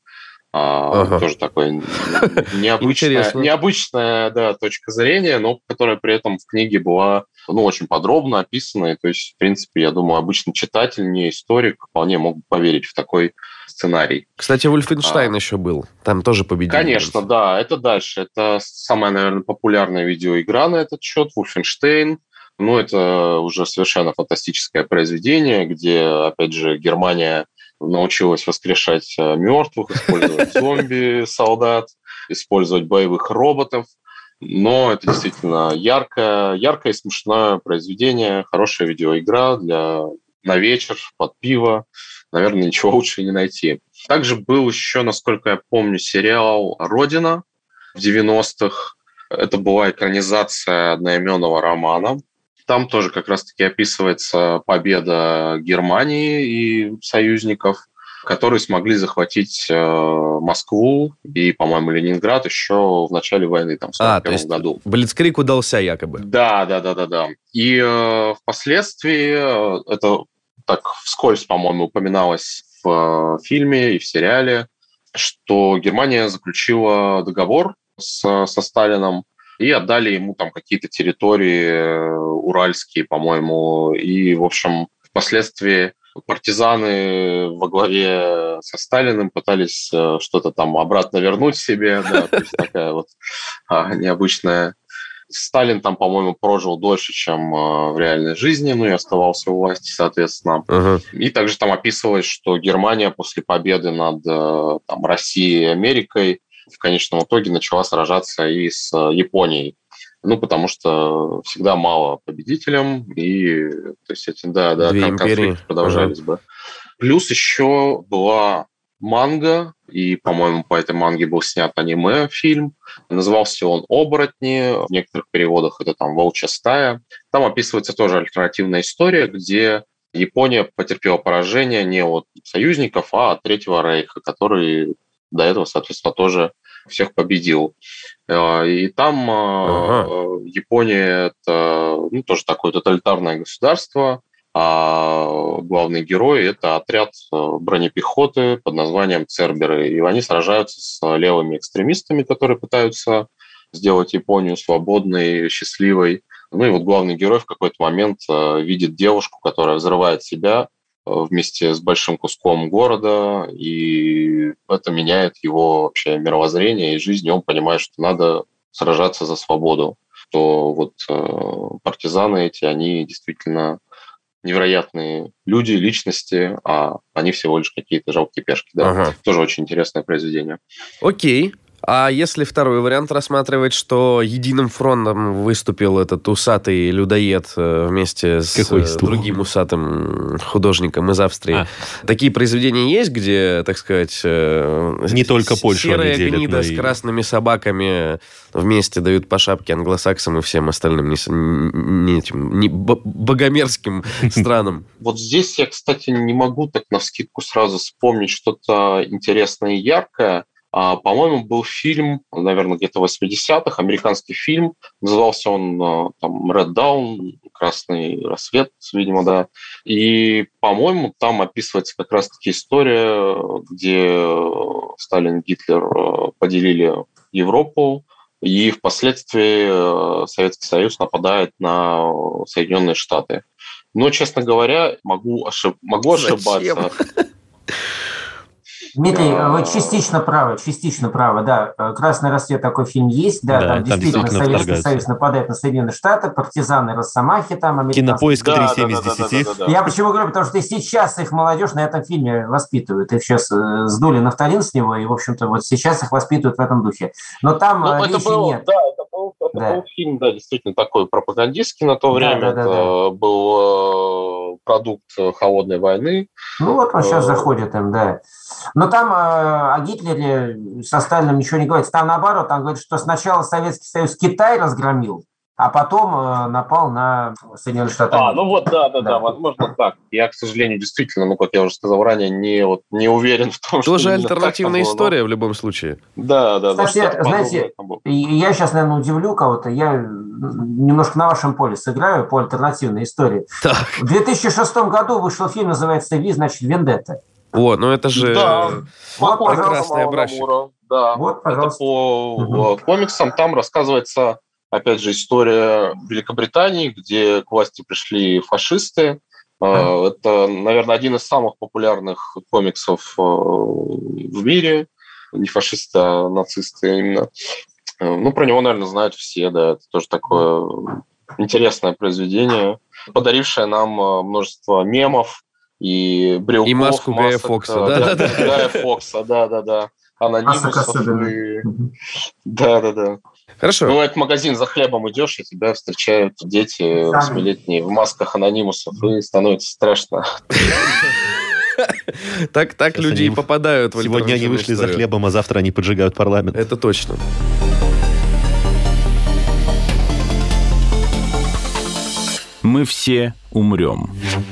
А, ага. Тоже такое необычная, необычная да, точка зрения, но которая при этом в книге была ну, очень подробно описана. И, то есть, в принципе, я думаю, обычный читатель, не историк, вполне мог бы поверить в такой сценарий. Кстати, Вольфенштайн а, еще был. Там тоже победил. Конечно, да. Это дальше. Это самая, наверное, популярная видеоигра на этот счет. Вольфенштейн. Ну, это уже совершенно фантастическое произведение, где, опять же, Германия научилась воскрешать мертвых, использовать зомби, солдат, использовать боевых роботов. Но это действительно яркое, яркое и смешное произведение, хорошая видеоигра для, на вечер, под пиво. Наверное, ничего лучше не найти. Также был еще, насколько я помню, сериал «Родина» в девяностых. Это была экранизация одноименного романа. Там тоже как раз-таки описывается победа Германии и союзников, которые смогли захватить Москву и, по-моему, Ленинград еще в начале войны, там, в сорок первом году. Блицкриг удался якобы. Да, да, да, да, да. И э, впоследствии, это так вскользь, по-моему, упоминалось в фильме и в сериале, что Германия заключила договор с, со Сталином, и отдали ему там какие-то территории уральские, по-моему. И, в общем, впоследствии партизаны во главе со Сталиным пытались что-то там обратно вернуть себе. Да, то есть такая вот а, необычная... Сталин там, по-моему, прожил дольше, чем в реальной жизни, ну и оставался у власти, соответственно. Uh-huh. И также там описывалось, что Германия после победы над там, Россией и Америкой в конечном итоге начала сражаться и с Японией. Ну, потому что всегда мало победителям, и то есть эти, да, да, конфликты продолжались uh-huh. бы. Плюс еще была манга, и, по-моему, по этой манге был снят аниме-фильм. Назывался он «Оборотни». В некоторых переводах это там «Волчья стая». Там описывается тоже альтернативная история, где Япония потерпела поражение не от союзников, а от Третьего Рейха, который до этого, соответственно, тоже всех победил. И там ага. Япония – это ну, тоже такое тоталитарное государство, а главный герой – это отряд бронепехоты под названием «Церберы». И они сражаются с левыми экстремистами, которые пытаются сделать Японию свободной, счастливой. Ну и вот главный герой в какой-то момент видит девушку, которая взрывает себя вместе с большим куском города, и это меняет его вообще мировоззрение и жизнь, и он понимает, что надо сражаться за свободу. То вот э, партизаны эти, они действительно невероятные люди, личности, а они всего лишь какие-то жалкие пешки. Да? Ага. Тоже очень интересное произведение. Окей. А если второй вариант рассматривать, что единым фронтом выступил этот усатый людоед вместе с Какой другим усатым художником из Австрии, а. такие произведения есть, где, так сказать, не только Польшу серая гнида с красными собаками вместе дают по шапке англосаксам и всем остальным не, не, этим, не богомерзким странам? Вот здесь я, кстати, не могу так навскидку сразу вспомнить что-то интересное и яркое. А, по-моему, был фильм, наверное, где-то восьмидесятых, американский фильм. Назывался он там «Red Dawn», «Красный рассвет», видимо, да. И, по-моему, там описывается как раз-таки история, где Сталин и Гитлер поделили Европу, и впоследствии Советский Союз нападает на Соединенные Штаты. Но, честно говоря, могу, ошиб... могу ошибаться. Дмитрий, вы частично правы, частично правы, да. «Красный рассвет» такой фильм есть, да, да там, там действительно, действительно Советский Союз нападает на Соединенные Штаты, партизаны, росомахи там, американские. Кинопоиск три семь из десяти. Я почему говорю, потому что сейчас их молодежь на этом фильме воспитывают, их сейчас сдули нафталин с него, и, в общем-то, вот сейчас их воспитывают в этом духе. Но там ну, речи это был, нет. Да, это был, это да. был фильм, да, действительно такой пропагандистский на то время, да, да, да, это да. был продукт холодной войны. Ну вот он сейчас заходит им, да. Но там э, о Гитлере со Сталиным ничего не говорится. Там наоборот, там говорят, что сначала Советский Союз Китай разгромил, а потом э, напал на Соединенные Штаты. А, ну вот, да, да, да, да, возможно так. Я, к сожалению, действительно, ну, как я уже сказал ранее, не, вот, не уверен в том, Тоже что... Тоже альтернативная было, история но... в любом случае. Да, да, да. Кстати, знаете, я сейчас, наверное, удивлю кого-то. Я немножко на вашем поле сыграю по альтернативной истории. Так. В две тысячи шестом году вышел фильм, называется «Ви», значит, «Вендетта». О, ну это же да. вот, прекрасный образчик. Да, вот, это по угу. комиксам. Там рассказывается, опять же, история Великобритании, где к власти пришли фашисты. А. Это, наверное, один из самых популярных комиксов в мире. Не фашисты, а нацисты именно. Ну, про него, наверное, знают все, да. Это тоже такое интересное произведение, подарившее нам множество мемов, и брелков, и маску масок, Гая Фокса, да, да, да, Гая Фокса, да, да, да, анонимусов, и... да, да, да. Хорошо. Бывает, в магазин за хлебом идешь, и тебя встречают дети восьмилетние в масках анонимусов, и становится страшно. Так, так люди и попадают в Сегодня они вышли за хлебом, а завтра они поджигают парламент. Это точно. Мы все умрем.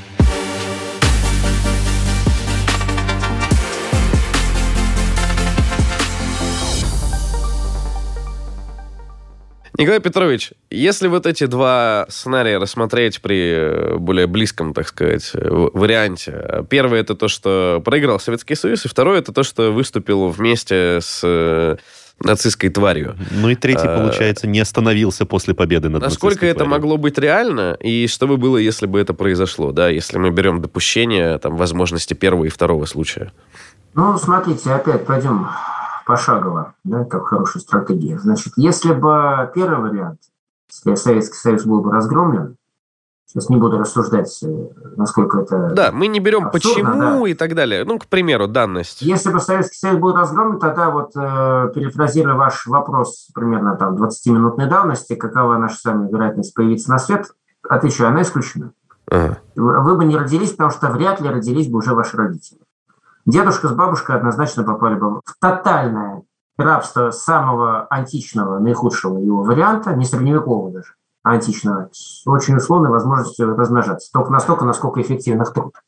Николай Петрович, если вот эти два сценария рассмотреть при более близком, так сказать, варианте. Первый — это то, что проиграл Советский Союз, и второй — это то, что выступил вместе с нацистской тварью. Ну и третий, а, получается, не остановился после победы над нацистской тварью. Насколько это могло быть реально, и что бы было, если бы это произошло, да, если мы берем допущение, там, возможности первого и второго случая? Ну, смотрите, опять пойдем... пошагово, да, как хорошая стратегия. Значит, если бы первый вариант, если Советский Союз был бы разгромлен, сейчас не буду рассуждать, насколько это... Да, мы не берем абсурдно, почему да. и так далее. Ну, к примеру, данность. Если бы Советский Союз был разгромлен, тогда вот, э, перефразируя ваш вопрос примерно там двадцатиминутной давности, какова наша с вами вероятность появиться на свет, отвечу, она исключена. Ага. Вы, вы бы не родились, потому что вряд ли родились бы уже ваши родители. Дедушка с бабушкой однозначно попали бы в тотальное рабство самого античного, наихудшего его варианта, не средневекового даже, а античного, с очень условной возможностью размножаться. Только настолько, насколько эффективен их труд.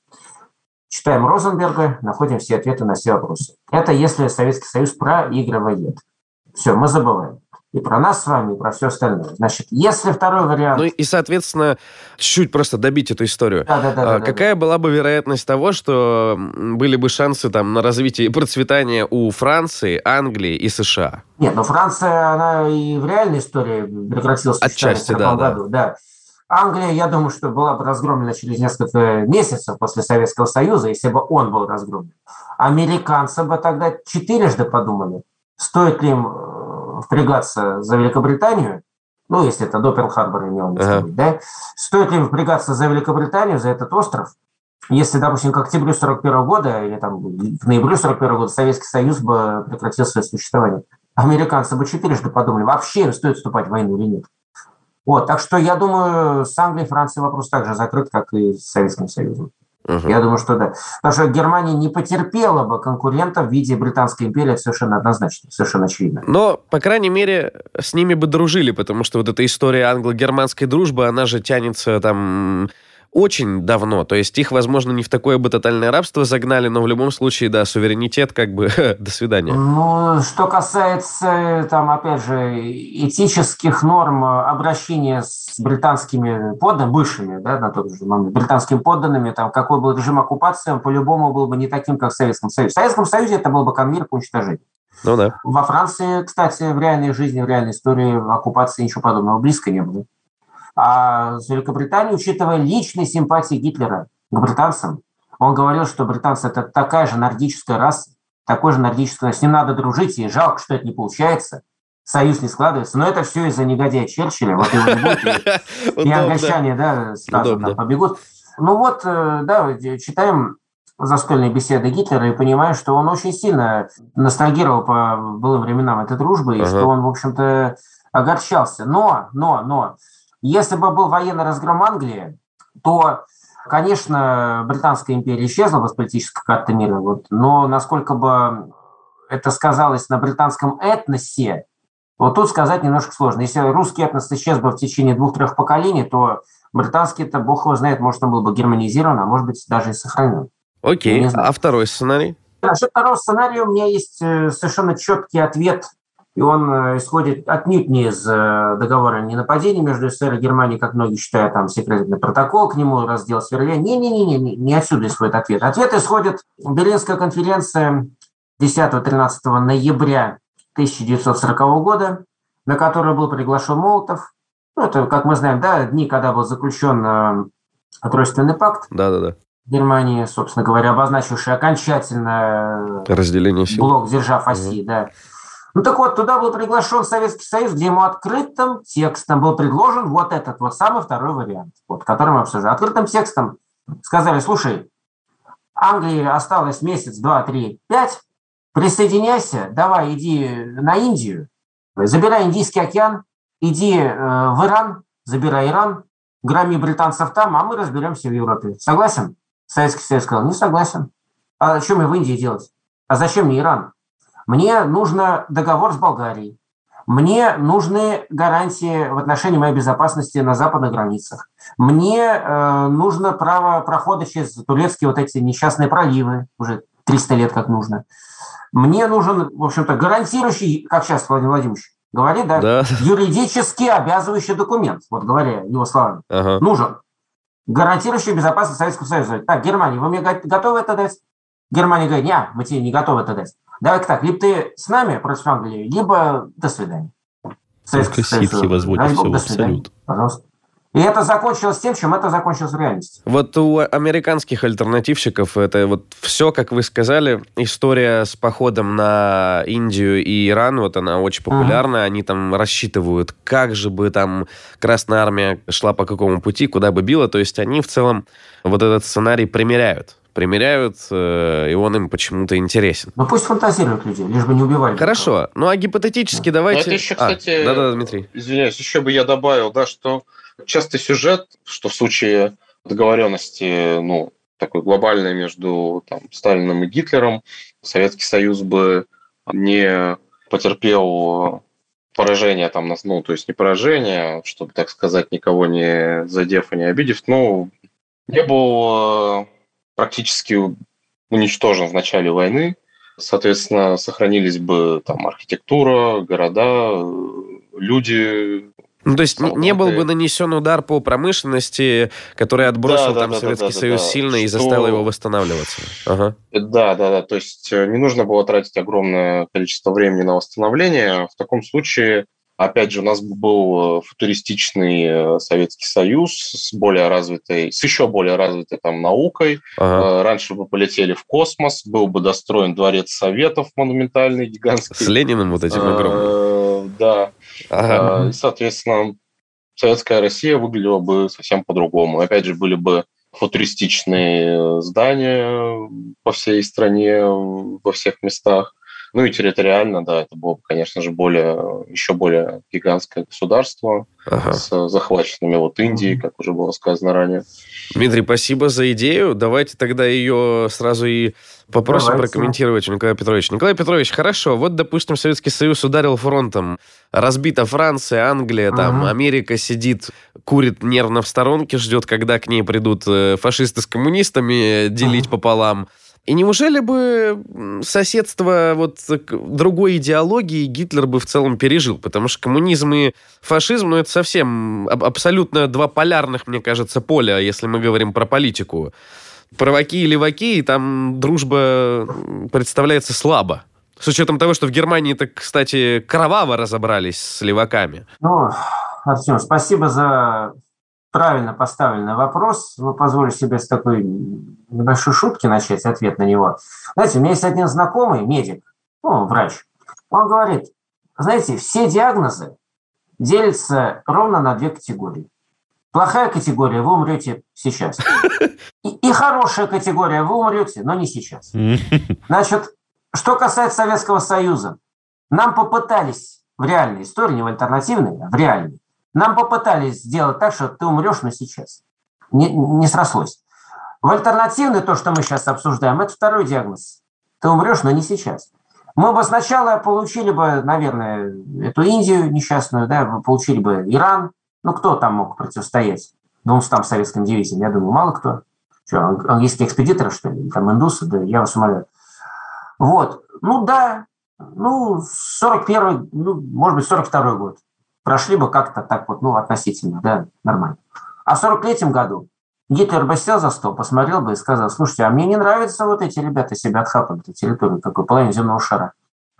Читаем Розенберга, находим все ответы на все вопросы. Это если Советский Союз проигрывает. Все, мы забываем. И про нас с вами, и про все остальное. Значит, если второй вариант... Ну и, соответственно, чуть-чуть просто добить эту историю. Да, да, да, а, да, какая да. была бы вероятность того, что были бы шансы там, на развитие и процветание у Франции, Англии и США? Нет, ну Франция, она и в реальной истории прекратила существование в сороковом году. Да. Англия, я думаю, что была бы разгромлена через несколько месяцев после Советского Союза, если бы он был разгромлен. Американцы бы тогда четырежды подумали, стоит ли им впрягаться за Великобританию, ну, если это до Перл-Харбора имел место ага. быть, да, стоит ли им впрягаться за Великобританию, за этот остров, если, допустим, к октябрю сорок первого года или там к ноябрю сорок первого года Советский Союз бы прекратил свое существование. Американцы бы четырежды подумали, вообще им стоит вступать в войну или нет. Вот, так что я думаю, с Англией и Францией вопрос так же закрыт, как и с Советским Союзом. Uh-huh. Я думаю, что да. Потому что Германия не потерпела бы конкурента в виде Британской империи, это совершенно однозначно, совершенно очевидно. Но, по крайней мере, с ними бы дружили, потому что вот эта история англо-германской дружбы, она же тянется там очень давно. То есть их, возможно, не в такое бы тотальное рабство загнали, но в любом случае, да, суверенитет как бы до свидания. Ну, что касается, там, опять же, этических норм обращения с британскими подданными, бывшими, да, на тот же момент, британскими подданными, там, какой был режим оккупации, он по-любому был бы не таким, как в Советском Союзе. В Советском Союзе это был бы конвейер по уничтожению. Ну да. Во Франции, кстати, в реальной жизни, в реальной истории оккупации ничего подобного близко не было. А с Великобританией, учитывая личные симпатии Гитлера к британцам, он говорил, что британцы – это такая же нордическая раса, такой же нордическая, с ним надо дружить, и жалко, что это не получается, союз не складывается. Но это все из-за негодяя Черчилля, вот его не будет, и англичане, да, сразу побегут. Ну вот, да, читаем застольные беседы Гитлера и понимаем, что он очень сильно ностальгировал по былым временам этой дружбы, и что он, в общем-то, огорчался. Но, но, но, если бы был военный разгром Англии, то, конечно, Британская империя исчезла бы с политической карты мира, вот, но насколько бы это сказалось на британском этносе, вот тут сказать немножко сложно. Если русский этнос исчез бы в течение двух-трех поколений, то британский-то, бог его знает, может, он был бы германизирован, а может быть, даже и сохранен. Окей, а второй сценарий? Насчет второго сценария у меня есть совершенно четкий ответ, и он исходит отнюдь не из договора о ненападении между СССР и Германией, как многие считают, там секретный протокол к нему, раздел сверления. Не-не-не, не отсюда исходит ответ. Ответ исходит Берлинская конференция десятого-тринадцатого ноября тысяча девятьсот сорокового года, на которую был приглашен Молотов. Ну, это, как мы знаем, да, дни, когда был заключен Тройственный пакт. Да-да-да. Германии, собственно говоря, обозначивший окончательно разделение сил, блок держав оси, угу. да. Ну так вот, туда был приглашен Советский Союз, где ему открытым текстом был предложен вот этот вот самый второй вариант, вот, который мы обсуждаем. Открытым текстом сказали: слушай, Англии осталось месяц, два, три, пять, присоединяйся, давай, иди на Индию, забирай Индийский океан, иди э, в Иран, забирай Иран, громи британцев там, а мы разберемся в Европе. Согласен? Советский Союз сказал: не согласен. А что мне в Индии делать? А зачем мне Иран? Мне нужен договор с Болгарией. Мне нужны гарантии в отношении моей безопасности на западных границах. Мне э, нужно право прохода через турецкие вот эти несчастные проливы, уже триста лет как нужно. Мне нужен, в общем-то, гарантирующий, как сейчас Владимир Владимирович говорит, да, да. юридически обязывающий документ, вот говоря его словами, ага. нужен. Гарантирующий безопасность Советского Союза. Так, Германия, вы мне готовы это дать? Германия говорит: нет, мы тебе не готовы это дать. Давай так, либо ты с нами против Англии, либо до свидания. Только ситхи возводят все в абсолют. Пожалуйста. И это закончилось тем, чем это закончилось в реальности. Вот у американских альтернативщиков это вот все, как вы сказали, история с походом на Индию и Иран, вот она очень популярна. Mm-hmm. Они там рассчитывают, как же бы там Красная Армия шла по какому пути, куда бы била. То есть они в целом вот этот сценарий примеряют. Примеряют, и он им почему-то интересен. Ну пусть фантазируют люди, лишь бы не убивали. Хорошо. Никого. Ну а гипотетически да. давайте... Но это еще, кстати, а, да-да, Дмитрий. Извиняюсь, еще бы я добавил, да, что частый сюжет, что в случае договоренности, ну, такой глобальной между там, Сталиным и Гитлером, Советский Союз бы не потерпел поражение, там, ну, то есть не поражение, чтобы, так сказать, никого не задев и не обидев, но не был практически уничтожен в начале войны. Соответственно, сохранились бы там архитектура, города, люди. Ну, то есть солдаты. Не был бы нанесен удар по промышленности, который отбросил да, там да, Советский да, да, Союз да, сильно да. и что... заставил его восстанавливаться. Ага. Да, да, да. То есть не нужно было тратить огромное количество времени на восстановление. В таком случае, опять же, у нас был футуристичный Советский Союз с более развитой, с еще более развитой там наукой. Ага. Раньше бы полетели в космос, был бы достроен дворец Советов монументальный, гигантский. С Лениным вот этим огромным. Да. Ага. И, соответственно, советская Россия выглядела бы совсем по-другому. Опять же, были бы футуристичные здания по всей стране, во всех местах. Ну и территориально, да, это было бы, конечно же, более, еще более гигантское государство ага. с захваченными вот Индией, как уже было сказано ранее. Дмитрий, спасибо за идею. Давайте тогда ее сразу и попросим Давайте. прокомментировать у Николая Петровича. Николай Петрович, хорошо, вот, допустим, Советский Союз ударил фронтом, разбита Франция, Англия, там, ага. Америка сидит, курит нервно в сторонке, ждет, когда к ней придут фашисты с коммунистами делить ага. пополам. И неужели бы соседство вот другой идеологии Гитлер бы в целом пережил? Потому что коммунизм и фашизм, ну, это совсем абсолютно два полярных, мне кажется, поля, если мы говорим про политику. Праваки и леваки, и там дружба представляется слабо. С учетом того, что в Германии-то, кстати, кроваво разобрались с леваками. Ну, Артем, спасибо за правильно поставленный вопрос. Вы позволите себе с такой небольшой шутки начать ответ на него. Знаете, у меня есть один знакомый, медик, ну, врач. Он говорит, знаете, все диагнозы делятся ровно на две категории. Плохая категория, вы умрете сейчас. И, и хорошая категория, вы умрете, но не сейчас. Значит, что касается Советского Союза, нам попытались в реальной истории, не в альтернативной, а в реальной, нам попытались сделать так, что ты умрешь, но сейчас. Не, не срослось. В альтернативной, то, что мы сейчас обсуждаем, это второй диагноз. Ты умрешь, но не сейчас. Мы бы сначала получили бы, наверное, эту Индию несчастную, да, получили бы Иран. Ну, кто там мог противостоять двумстам советским дивизиям? Я думаю, мало кто. Что, английские экспедиторы, что ли? Там индусы? Да, я вас умоляю. Вот. Ну, да. Ну, сорок первый, ну, может быть, сорок второй год. Прошли бы как-то так вот, ну, относительно, да, нормально. А в сорок третьем году Гитлер бы сел за стол, посмотрел бы и сказал, слушайте, а мне не нравятся вот эти ребята себя отхапывают на территорию такой половины земного шара.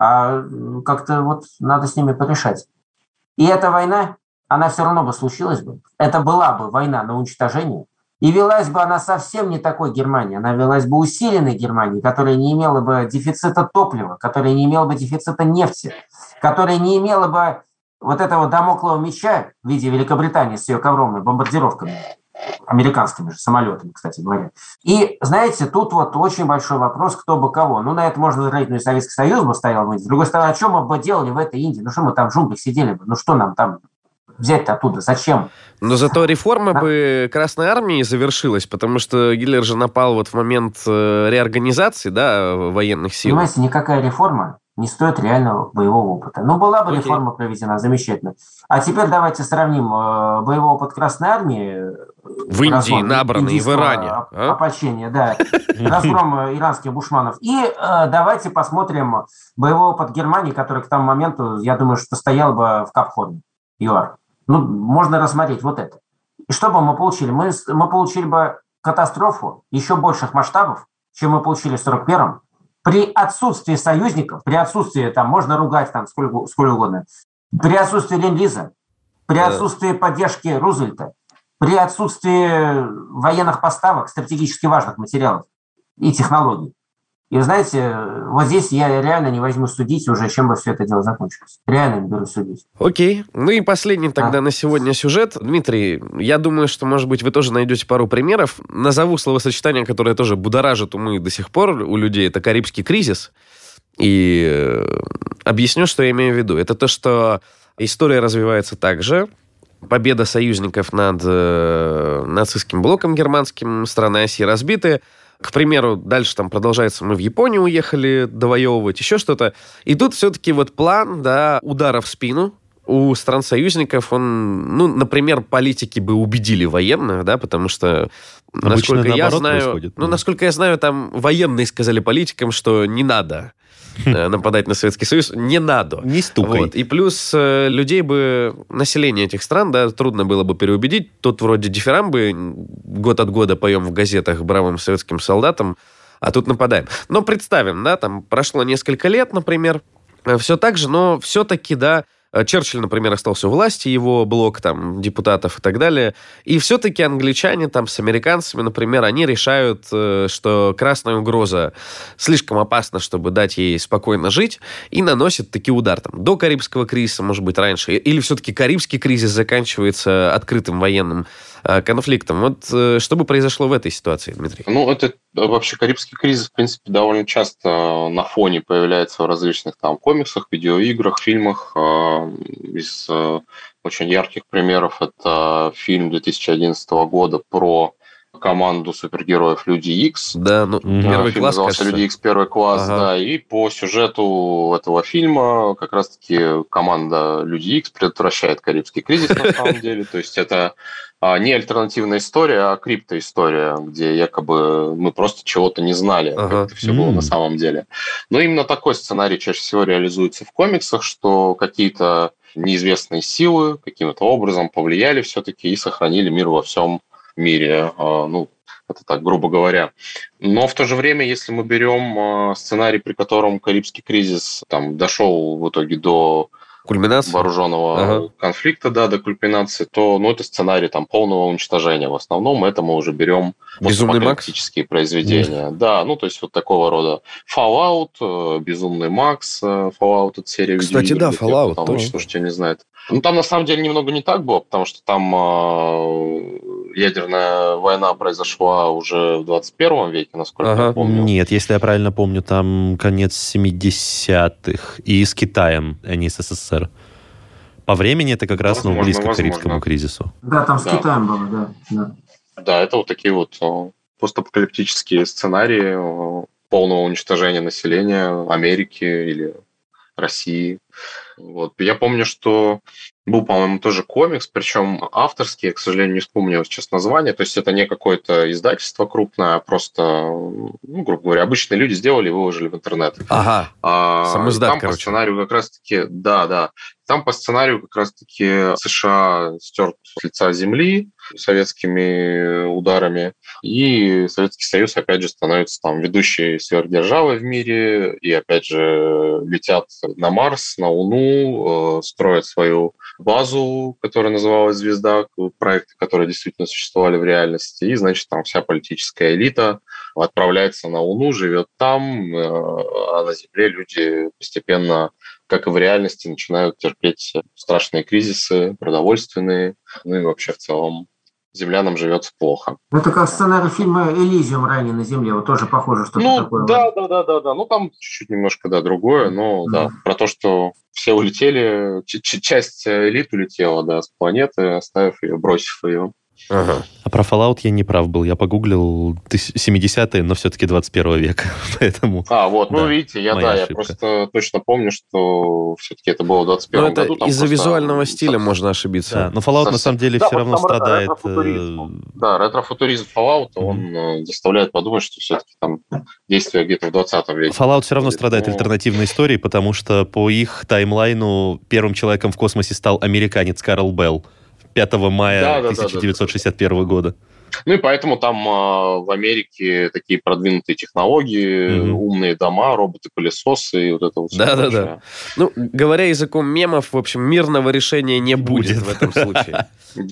А как-то вот надо с ними порешать. И эта война, она все равно бы случилась бы. Это была бы война на уничтожение. И велась бы она совсем не такой Германии. Она велась бы усиленной Германии, которая не имела бы дефицита топлива, которая не имела бы дефицита нефти, которая не имела бы вот этого дамоклового меча в виде Великобритании с ее ковровыми бомбардировками, американскими же самолетами, кстати говоря. И, знаете, тут вот очень большой вопрос, кто бы кого. Ну, на это можно возразить, ну, и Советский Союз бы стоял в Индии. С другой стороны, а что мы бы делали в этой Индии? Ну, что мы там в джунглях сидели бы? Ну, что нам там взять-то оттуда? Зачем? Но зато реформа да. бы Красной Армии завершилась, потому что Гитлер же напал вот в момент реорганизации, да, военных сил. Понимаете, никакая реформа не стоит реального боевого опыта. Ну, была бы okay. реформа проведена, замечательно. А теперь давайте сравним э, боевой опыт Красной Армии. В Индии набранный, и в Иране. А? Ополчение, да. Разгром иранских бушманов. И э, давайте посмотрим боевой опыт Германии, который к тому моменту, я думаю, что стоял бы в Капхорне. ЮАР. Ну, можно рассмотреть вот это. И что бы мы получили? Мы, мы получили бы катастрофу еще больших масштабов, чем мы получили в сорок первом. При отсутствии союзников, при отсутствии, там, можно ругать там сколько, сколько угодно, при отсутствии Ленд-Лиза, при отсутствии поддержки Рузвельта, при отсутствии военных поставок, стратегически важных материалов и технологий. И, знаете, вот здесь я реально не возьму судить уже, чем бы все это дело закончилось. Реально не беру судить. Окей. Ну и последний тогда а? на сегодня сюжет. Дмитрий, я думаю, что, может быть, вы тоже найдете пару примеров. Назову словосочетание, которое тоже будоражит умы до сих пор у людей. Это Карибский кризис. И объясню, что я имею в виду. Это то, что история развивается так же. Победа союзников над э, нацистским блоком германским, страны оси разбиты. К примеру, дальше там продолжается, мы в Японию уехали довоевывать, еще что-то. И тут все-таки вот план, да, удара в спину у стран-союзников, он, ну, например, политики бы убедили военных, да, потому что, обычно насколько я знаю, происходит. ну, насколько я знаю, там военные сказали политикам, что не надо нападать на Советский Союз, не надо. Не стукай. Вот. И плюс э, людей бы, население этих стран, да, трудно было бы переубедить. Тут вроде дифирамбы год от года поем в газетах бравым советским солдатам, а тут нападаем. Но представим, да, там прошло несколько лет, например, все так же, но все-таки, да, Черчилль, например, остался у власти, его блок там депутатов и так далее. И все-таки англичане там с американцами, например, они решают, что красная угроза слишком опасна, чтобы дать ей спокойно жить, и наносят таки удар там до Карибского кризиса, может быть, раньше. Или все-таки Карибский кризис заканчивается открытым военным конфликтом. Вот что бы произошло в этой ситуации, Дмитрий? Ну, это вообще Карибский кризис, в принципе, довольно часто на фоне появляется в различных там комиксах, видеоиграх, фильмах. Из очень ярких примеров это фильм две тысячи одиннадцатого года про команду супергероев Люди Икс. Да, ну, да, первый фильм класс, назывался кажется. Люди Икс первый класс, Ага. да, и по сюжету этого фильма как раз-таки команда Люди Икс предотвращает Карибский кризис на самом деле. То есть это не альтернативная история, а криптоистория, где якобы мы просто чего-то не знали, Ага. как это все было на самом деле. Но именно такой сценарий чаще всего реализуется в комиксах, что какие-то неизвестные силы каким-то образом повлияли все-таки и сохранили мир во всем мире, ну, это так, грубо говоря. Но в то же время, если мы берем сценарий, при котором Карибский кризис там дошел в итоге до Кульминация? вооруженного ага. конфликта, да, до кульминации, то, ну, это сценарий там полного уничтожения. В основном это мы уже берем постапокалиптические произведения. Mm. Да, ну, то есть вот такого рода Fallout, Безумный Макс, Fallout от серии видеоигр. Кстати, да, Fallout. Там, точно, слушайте, не знает. Ну, там на самом деле немного не так было, потому что там э, ядерная война произошла уже в двадцать первом веке, насколько ага. я помню. Нет, если я правильно помню, там конец семидесятых. И с Китаем, а не с СССР. По времени это как раз возможно, ну, близко возможно. к Карибскому кризису. Да, там с да. Китаем было, да. да. Да, это вот такие вот постапокалиптические сценарии полного уничтожения населения Америки или России. Вот. Я помню, что был, по-моему, тоже комикс, причем авторский, я, к сожалению, не вспомню сейчас название, то есть это не какое-то издательство крупное, а просто, ну, грубо говоря, обычные люди сделали и выложили в интернет. Ага, а, сам издат, там короче. По сценарию как раз-таки, да, да, там по сценарию как раз-таки США стерт с лица земли советскими ударами, и Советский Союз, опять же, становится там ведущей сверхдержавой в мире, и, опять же, летят на Марс, на Луну, э, строят свою базу, которая называлась «Звезда», проекты, которые действительно существовали в реальности, и, значит, там вся политическая элита отправляется на Луну, живет там, э, а на Земле люди постепенно, как и в реальности, начинают терпеть страшные кризисы, продовольственные, ну и вообще в целом землянам живется плохо. Это как сценарий фильма «Элизиум. Рай на земле». Вот тоже похоже, что-то ну, такое. Да, да, да, да, да. Ну, там чуть-чуть немножко, да, другое, но mm-hmm. да, про то, что все улетели, ч- часть элит улетела, да, с планеты, оставив ее, бросив ее. Ага. А про Fallout я не прав был. Я погуглил семидесятые, но все-таки двадцать первого века. Поэтому... А, вот, ну, да, видите, я, да, ошибка. я просто точно помню, что все-таки это было в двадцать первом году. Ну, из-за просто... визуального стиля можно ошибиться. Да, но Fallout, Совсем. на самом деле, да, все равно страдает... Ретро-футуризм. Да, ретро-футуризм Fallout, mm-hmm. он заставляет подумать, что все-таки там действие где-то в двадцатом веке. Fallout все равно страдает но... альтернативной историей, потому что по их таймлайну первым человеком в космосе стал американец Карл Белл. пятого мая да, да, тысяча девятьсот шестьдесят первого да, да. года. Ну и поэтому там э, в Америке такие продвинутые технологии, mm-hmm. умные дома, роботы-пылесосы и вот это вот. Да-да-да. Ну, говоря языком мемов, в общем, мирного решения не будет, будет в этом случае.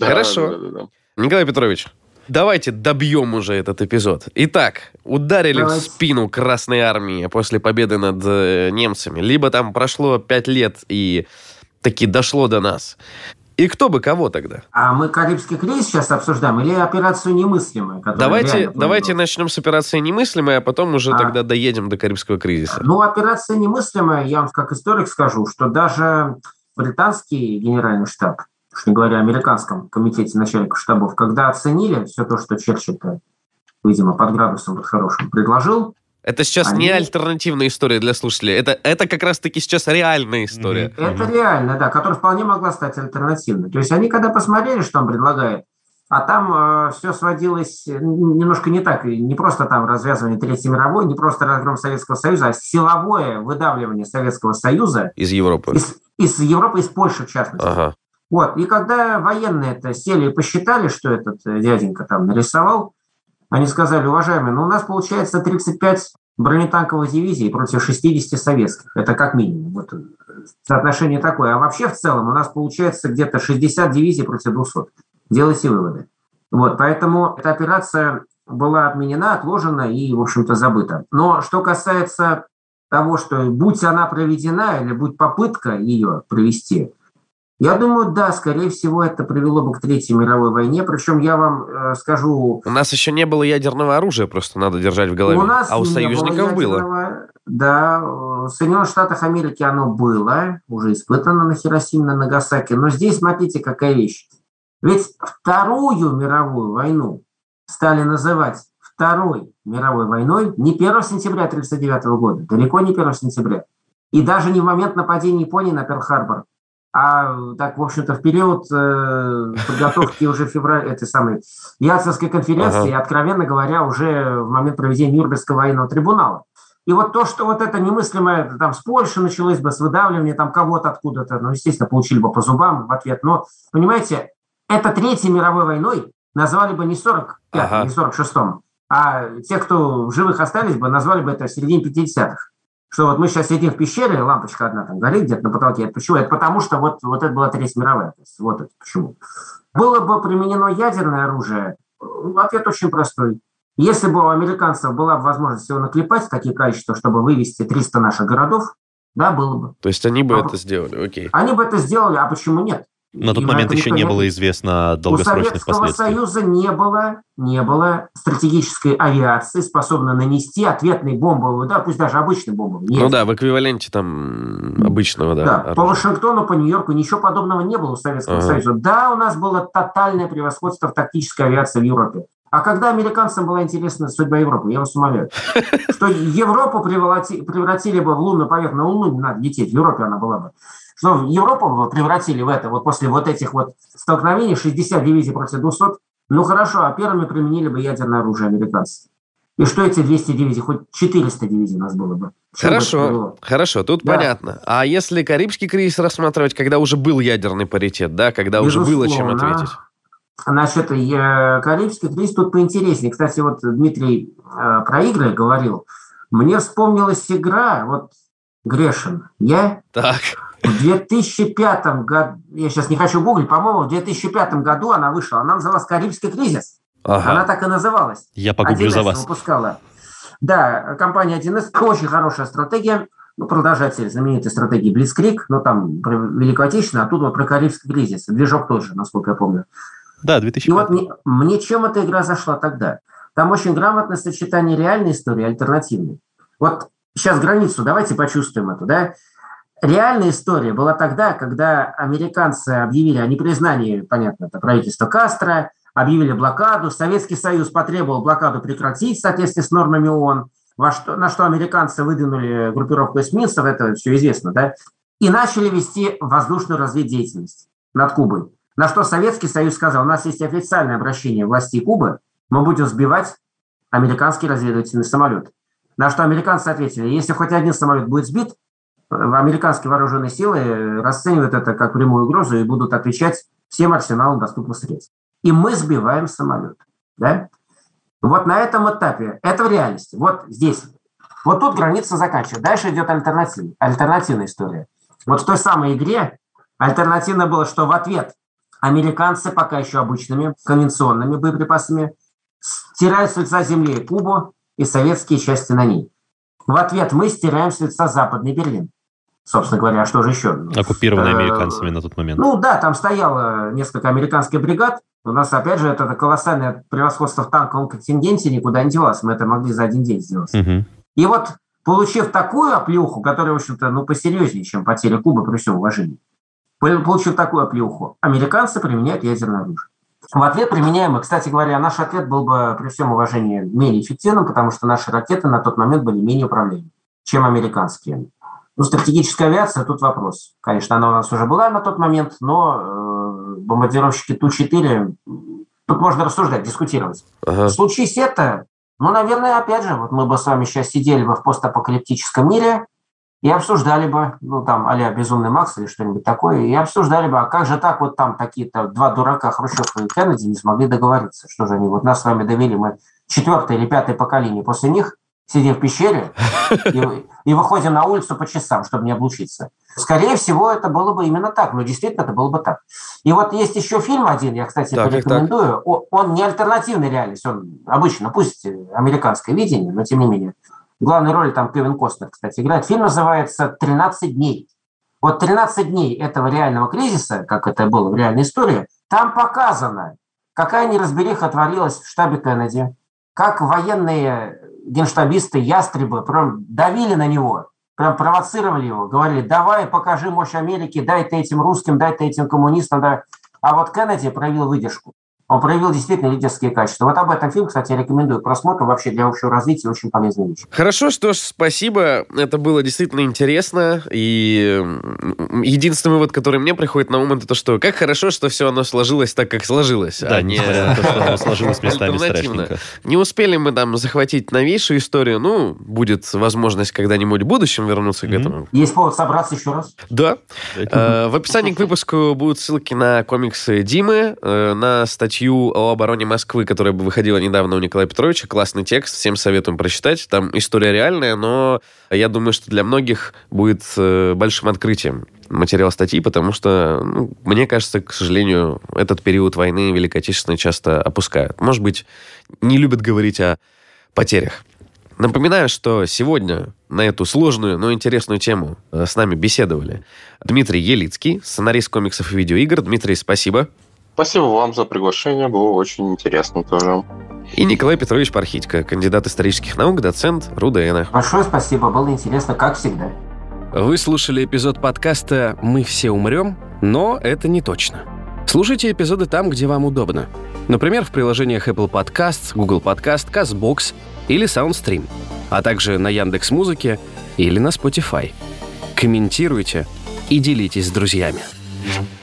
Хорошо. Николай Петрович, давайте добьем уже этот эпизод. Итак, ударили в спину Красной Армии после победы над немцами. Либо там прошло пять лет и таки дошло до нас. И кто бы кого тогда? А мы Карибский кризис сейчас обсуждаем или операцию «Немыслимая»? Давайте, давайте начнем с операции «Немыслимая», а потом уже а, тогда доедем до Карибского кризиса. Ну, операция «Немыслимая», я вам как историк скажу, что даже британский генеральный штаб, уж не говоря о американском комитете начальников штабов, когда оценили все то, что Черчилль, видимо, под градусом хорошим предложил. Это сейчас Они... не альтернативная история для слушателей. Это, это как раз-таки сейчас реальная история. Mm-hmm. Это mm-hmm. реально, да, которая вполне могла стать альтернативной. То есть они когда посмотрели, что он предлагает, а там э, все сводилось немножко не так. Не просто там развязывание Третьей мировой, не просто разгром Советского Союза, а силовое выдавливание Советского Союза. Из Европы. Из, из Европы, из Польши, в частности. Ага. Вот. И когда военные-то сели и посчитали, что этот дяденька там нарисовал, они сказали: уважаемые, ну у нас получается тридцать пять бронетанковых дивизий против шестидесяти советских. Это как минимум. Вот соотношение такое. А вообще в целом у нас получается где-то шестьдесят дивизий против двухсот. Делайте выводы. Вот, поэтому эта операция была отменена, отложена и, в общем-то, забыта. Но что касается того, что будь она проведена или будь попытка ее провести, Я думаю, да, скорее всего, это привело бы к Третьей мировой войне. Причем я вам э, скажу... У нас еще не было ядерного оружия, просто надо держать в голове. У нас а у не союзников было. было. Да, в Соединенных Штатах Америки оно было, уже испытано на Хиросиме, на Нагасаки. Но здесь, смотрите, какая вещь. Ведь Вторую мировую войну стали называть Второй мировой войной не первого сентября тысяча девятьсот тридцать девятого года, далеко не первого сентября. И даже не в момент нападения Японии на Перл-Харбор, а так, в общем-то, в период э, подготовки уже февраля этой самой Ялтинской конференции, ага. откровенно говоря, уже в момент проведения Нюрнбергского военного трибунала. И вот то, что вот это немыслимое, там, с Польши началось бы, с выдавливания там кого-то откуда-то, ну, естественно, получили бы по зубам в ответ. Но, понимаете, это Третьей мировой войной назвали бы не в сорок пятом, ага. не в сорок шестом, а те, кто в живых остались бы, назвали бы это в середине пятидесятых. Что вот мы сейчас сидим в пещере, лампочка одна там горит где-то на потолке. Это почему? Это потому, что вот, вот это была Третья мировая. Вот это почему. Было бы применено ядерное оружие, ответ очень простой. Если бы у американцев была бы возможность его наклепать в такие количества, чтобы вывести триста наших городов, да, было бы. То есть они бы а, это сделали, окей. Они бы это сделали, а почему нет? На тот момент еще не было известно долгосрочных последствий. У Советского Союза не было, не было стратегической авиации, способной нанести ответный бомбовый удар, пусть даже обычный бомбовый. Нет. Ну да, в эквиваленте там обычного, да. Да, оружия. По Вашингтону, по Нью-Йорку ничего подобного не было у Советского ага. Союза. Да, у нас было тотальное превосходство в тактической авиации в Европе. А когда американцам была интересна судьба Европы, я вас умоляю, что Европу превратили бы в лунную поверхность, на Луну не надо лететь, в Европе она была бы. Что Европу превратили в это, вот после вот этих вот столкновений, шестьдесят дивизий против двухсот, ну хорошо, а первыми применили бы ядерное оружие американцы. И что эти двести дивизий, хоть четыреста дивизий у нас было бы. Хорошо, хорошо, тут да. понятно. А если Карибский кризис рассматривать, когда уже был ядерный паритет, да, когда Безусловно. уже было чем ответить? Насчет Карибский кризис тут поинтереснее. Кстати, вот Дмитрий э, про игры говорил. Мне вспомнилась игра, вот Грешин. Я так. в две тысячи пятом году, я сейчас не хочу гуглить, по-моему, в две тысячи пятом году она вышла. Она называлась «Карибский кризис». Ага. Она так и называлась. Я погуглю за вас. Выпускала. Да, компания один эс, очень хорошая стратегия. Ну, продолжатель знаменитой стратегии Blitzkrieg, ну, там, про Великую Отечественную, а тут вот про Карибский кризис. Движок тот же, насколько я помню. Да, две тысячи пятый. И вот мне, мне чем эта игра зашла тогда? Там очень грамотное сочетание реальной истории и альтернативной. Вот сейчас границу, давайте почувствуем эту, да? Реальная история была тогда, когда американцы объявили о непризнании, понятно, это правительство Кастро, объявили блокаду, Советский Союз потребовал блокаду прекратить в соответствии с нормами ООН, во что, на что американцы выдвинули группировку эсминцев, это все известно, да? И начали вести воздушную разведдеятельность над Кубой. На что Советский Союз сказал, у нас есть официальное обращение властей Кубы, мы будем сбивать американский разведывательный самолет. На что американцы ответили, если хоть один самолет будет сбит, американские вооруженные силы расценивают это как прямую угрозу и будут отвечать всем арсеналом доступных средств. И мы сбиваем самолет. Да? Вот на этом этапе, это в реальности, вот здесь. Вот тут граница заканчивается. Дальше идет альтернатива, альтернативная история. Вот в той самой игре альтернативно было, что в ответ американцы пока еще обычными конвенционными боеприпасами стирают с лица земли Кубу и советские части на ней. В ответ мы стираем с лица Западный Берлин. Собственно говоря, а что же еще? Оккупированный американцами на тот момент. Ну да, там стояло несколько американских бригад. У нас, опять же, это колоссальное превосходство в танковом контингенте никуда не девалось. Мы это могли за один день сделать. Угу. И вот, получив такую оплеуху, которая, в общем-то, ну, посерьезнее, чем потеря Кубы, при всем уважении, получив такую оплеуху, американцы применяют ядерное оружие. В ответ применяем, и, кстати говоря, наш ответ был бы, при всем уважении, менее эффективным, потому что наши ракеты на тот момент были менее управляемы, чем американские. Ну, стратегическая авиация, тут вопрос. Конечно, она у нас уже была на тот момент, но э, бомбардировщики Ту четыре, тут можно рассуждать, дискутировать. Ага. Случись это, ну, наверное, опять же, вот мы бы с вами сейчас сидели бы в постапокалиптическом мире и обсуждали бы, ну, там, а-ля «Безумный Макс» или что-нибудь такое, и обсуждали бы, а как же так вот там такие-то два дурака, Хрущев и Кеннеди, не смогли договориться, что же они вот нас с вами довели, мы четвертое или пятое поколение после них, сидим в пещере и, и выходим на улицу по часам, чтобы не облучиться. Скорее всего, это было бы именно так, но действительно это было бы так. И вот есть еще фильм один, я, кстати, так, порекомендую, он, он не альтернативный реальность, он обычно, пусть американское видение, но тем не менее. Главную роль там Кевин Костнер, кстати, играет. Фильм называется «тринадцать дней». Вот тринадцать дней этого реального кризиса, как это было в реальной истории, там показано, какая неразбериха творилась в штабе Кеннеди, как военные генштабисты, ястребы прям давили на него, прям провоцировали его, говорили, давай, покажи мощь Америки, дай ты этим русским, дай ты этим коммунистам. Да. А вот Кеннеди проявил выдержку. Он проявил действительно лидерские качества. Вот об этом фильм, кстати, я рекомендую к просмотру. Вообще для общего развития очень полезная вещь. Хорошо, что ж, спасибо. Это было действительно интересно. И единственный вывод, который мне приходит на ум, это то, что как хорошо, что все оно сложилось так, как сложилось. Да, а несмотря на то, что оно сложилось местами страшненько. Не успели мы там захватить новейшую историю. Ну, будет возможность когда-нибудь в будущем вернуться к этому. Есть повод собраться еще раз. Да. В описании к выпуску будут ссылки на комиксы Димы, на статью о обороне Москвы, которая выходила недавно у Николая Петровича. Классный текст, всем советуем прочитать. Там история реальная, но я думаю, что для многих будет большим открытием материал статьи, потому что, ну, мне кажется, к сожалению, этот период войны Великой Отечественной часто опускают. Может быть, не любят говорить о потерях. Напоминаю, что сегодня на эту сложную, но интересную тему с нами беседовали Дмитрий Елицкий, сценарист комиксов и видеоигр. Дмитрий, спасибо. Спасибо вам за приглашение, было очень интересно тоже. И Николай Петрович Пархитько, кандидат исторических наук, доцент РУДН. Большое спасибо, было интересно, как всегда. Вы слушали эпизод подкаста «Мы все умрем», но это не точно. Слушайте эпизоды там, где вам удобно. Например, в приложениях Apple Podcasts, Google Podcast, CastBox или SoundStream, а также на Яндекс.Музыке или на Spotify. Комментируйте и делитесь с друзьями.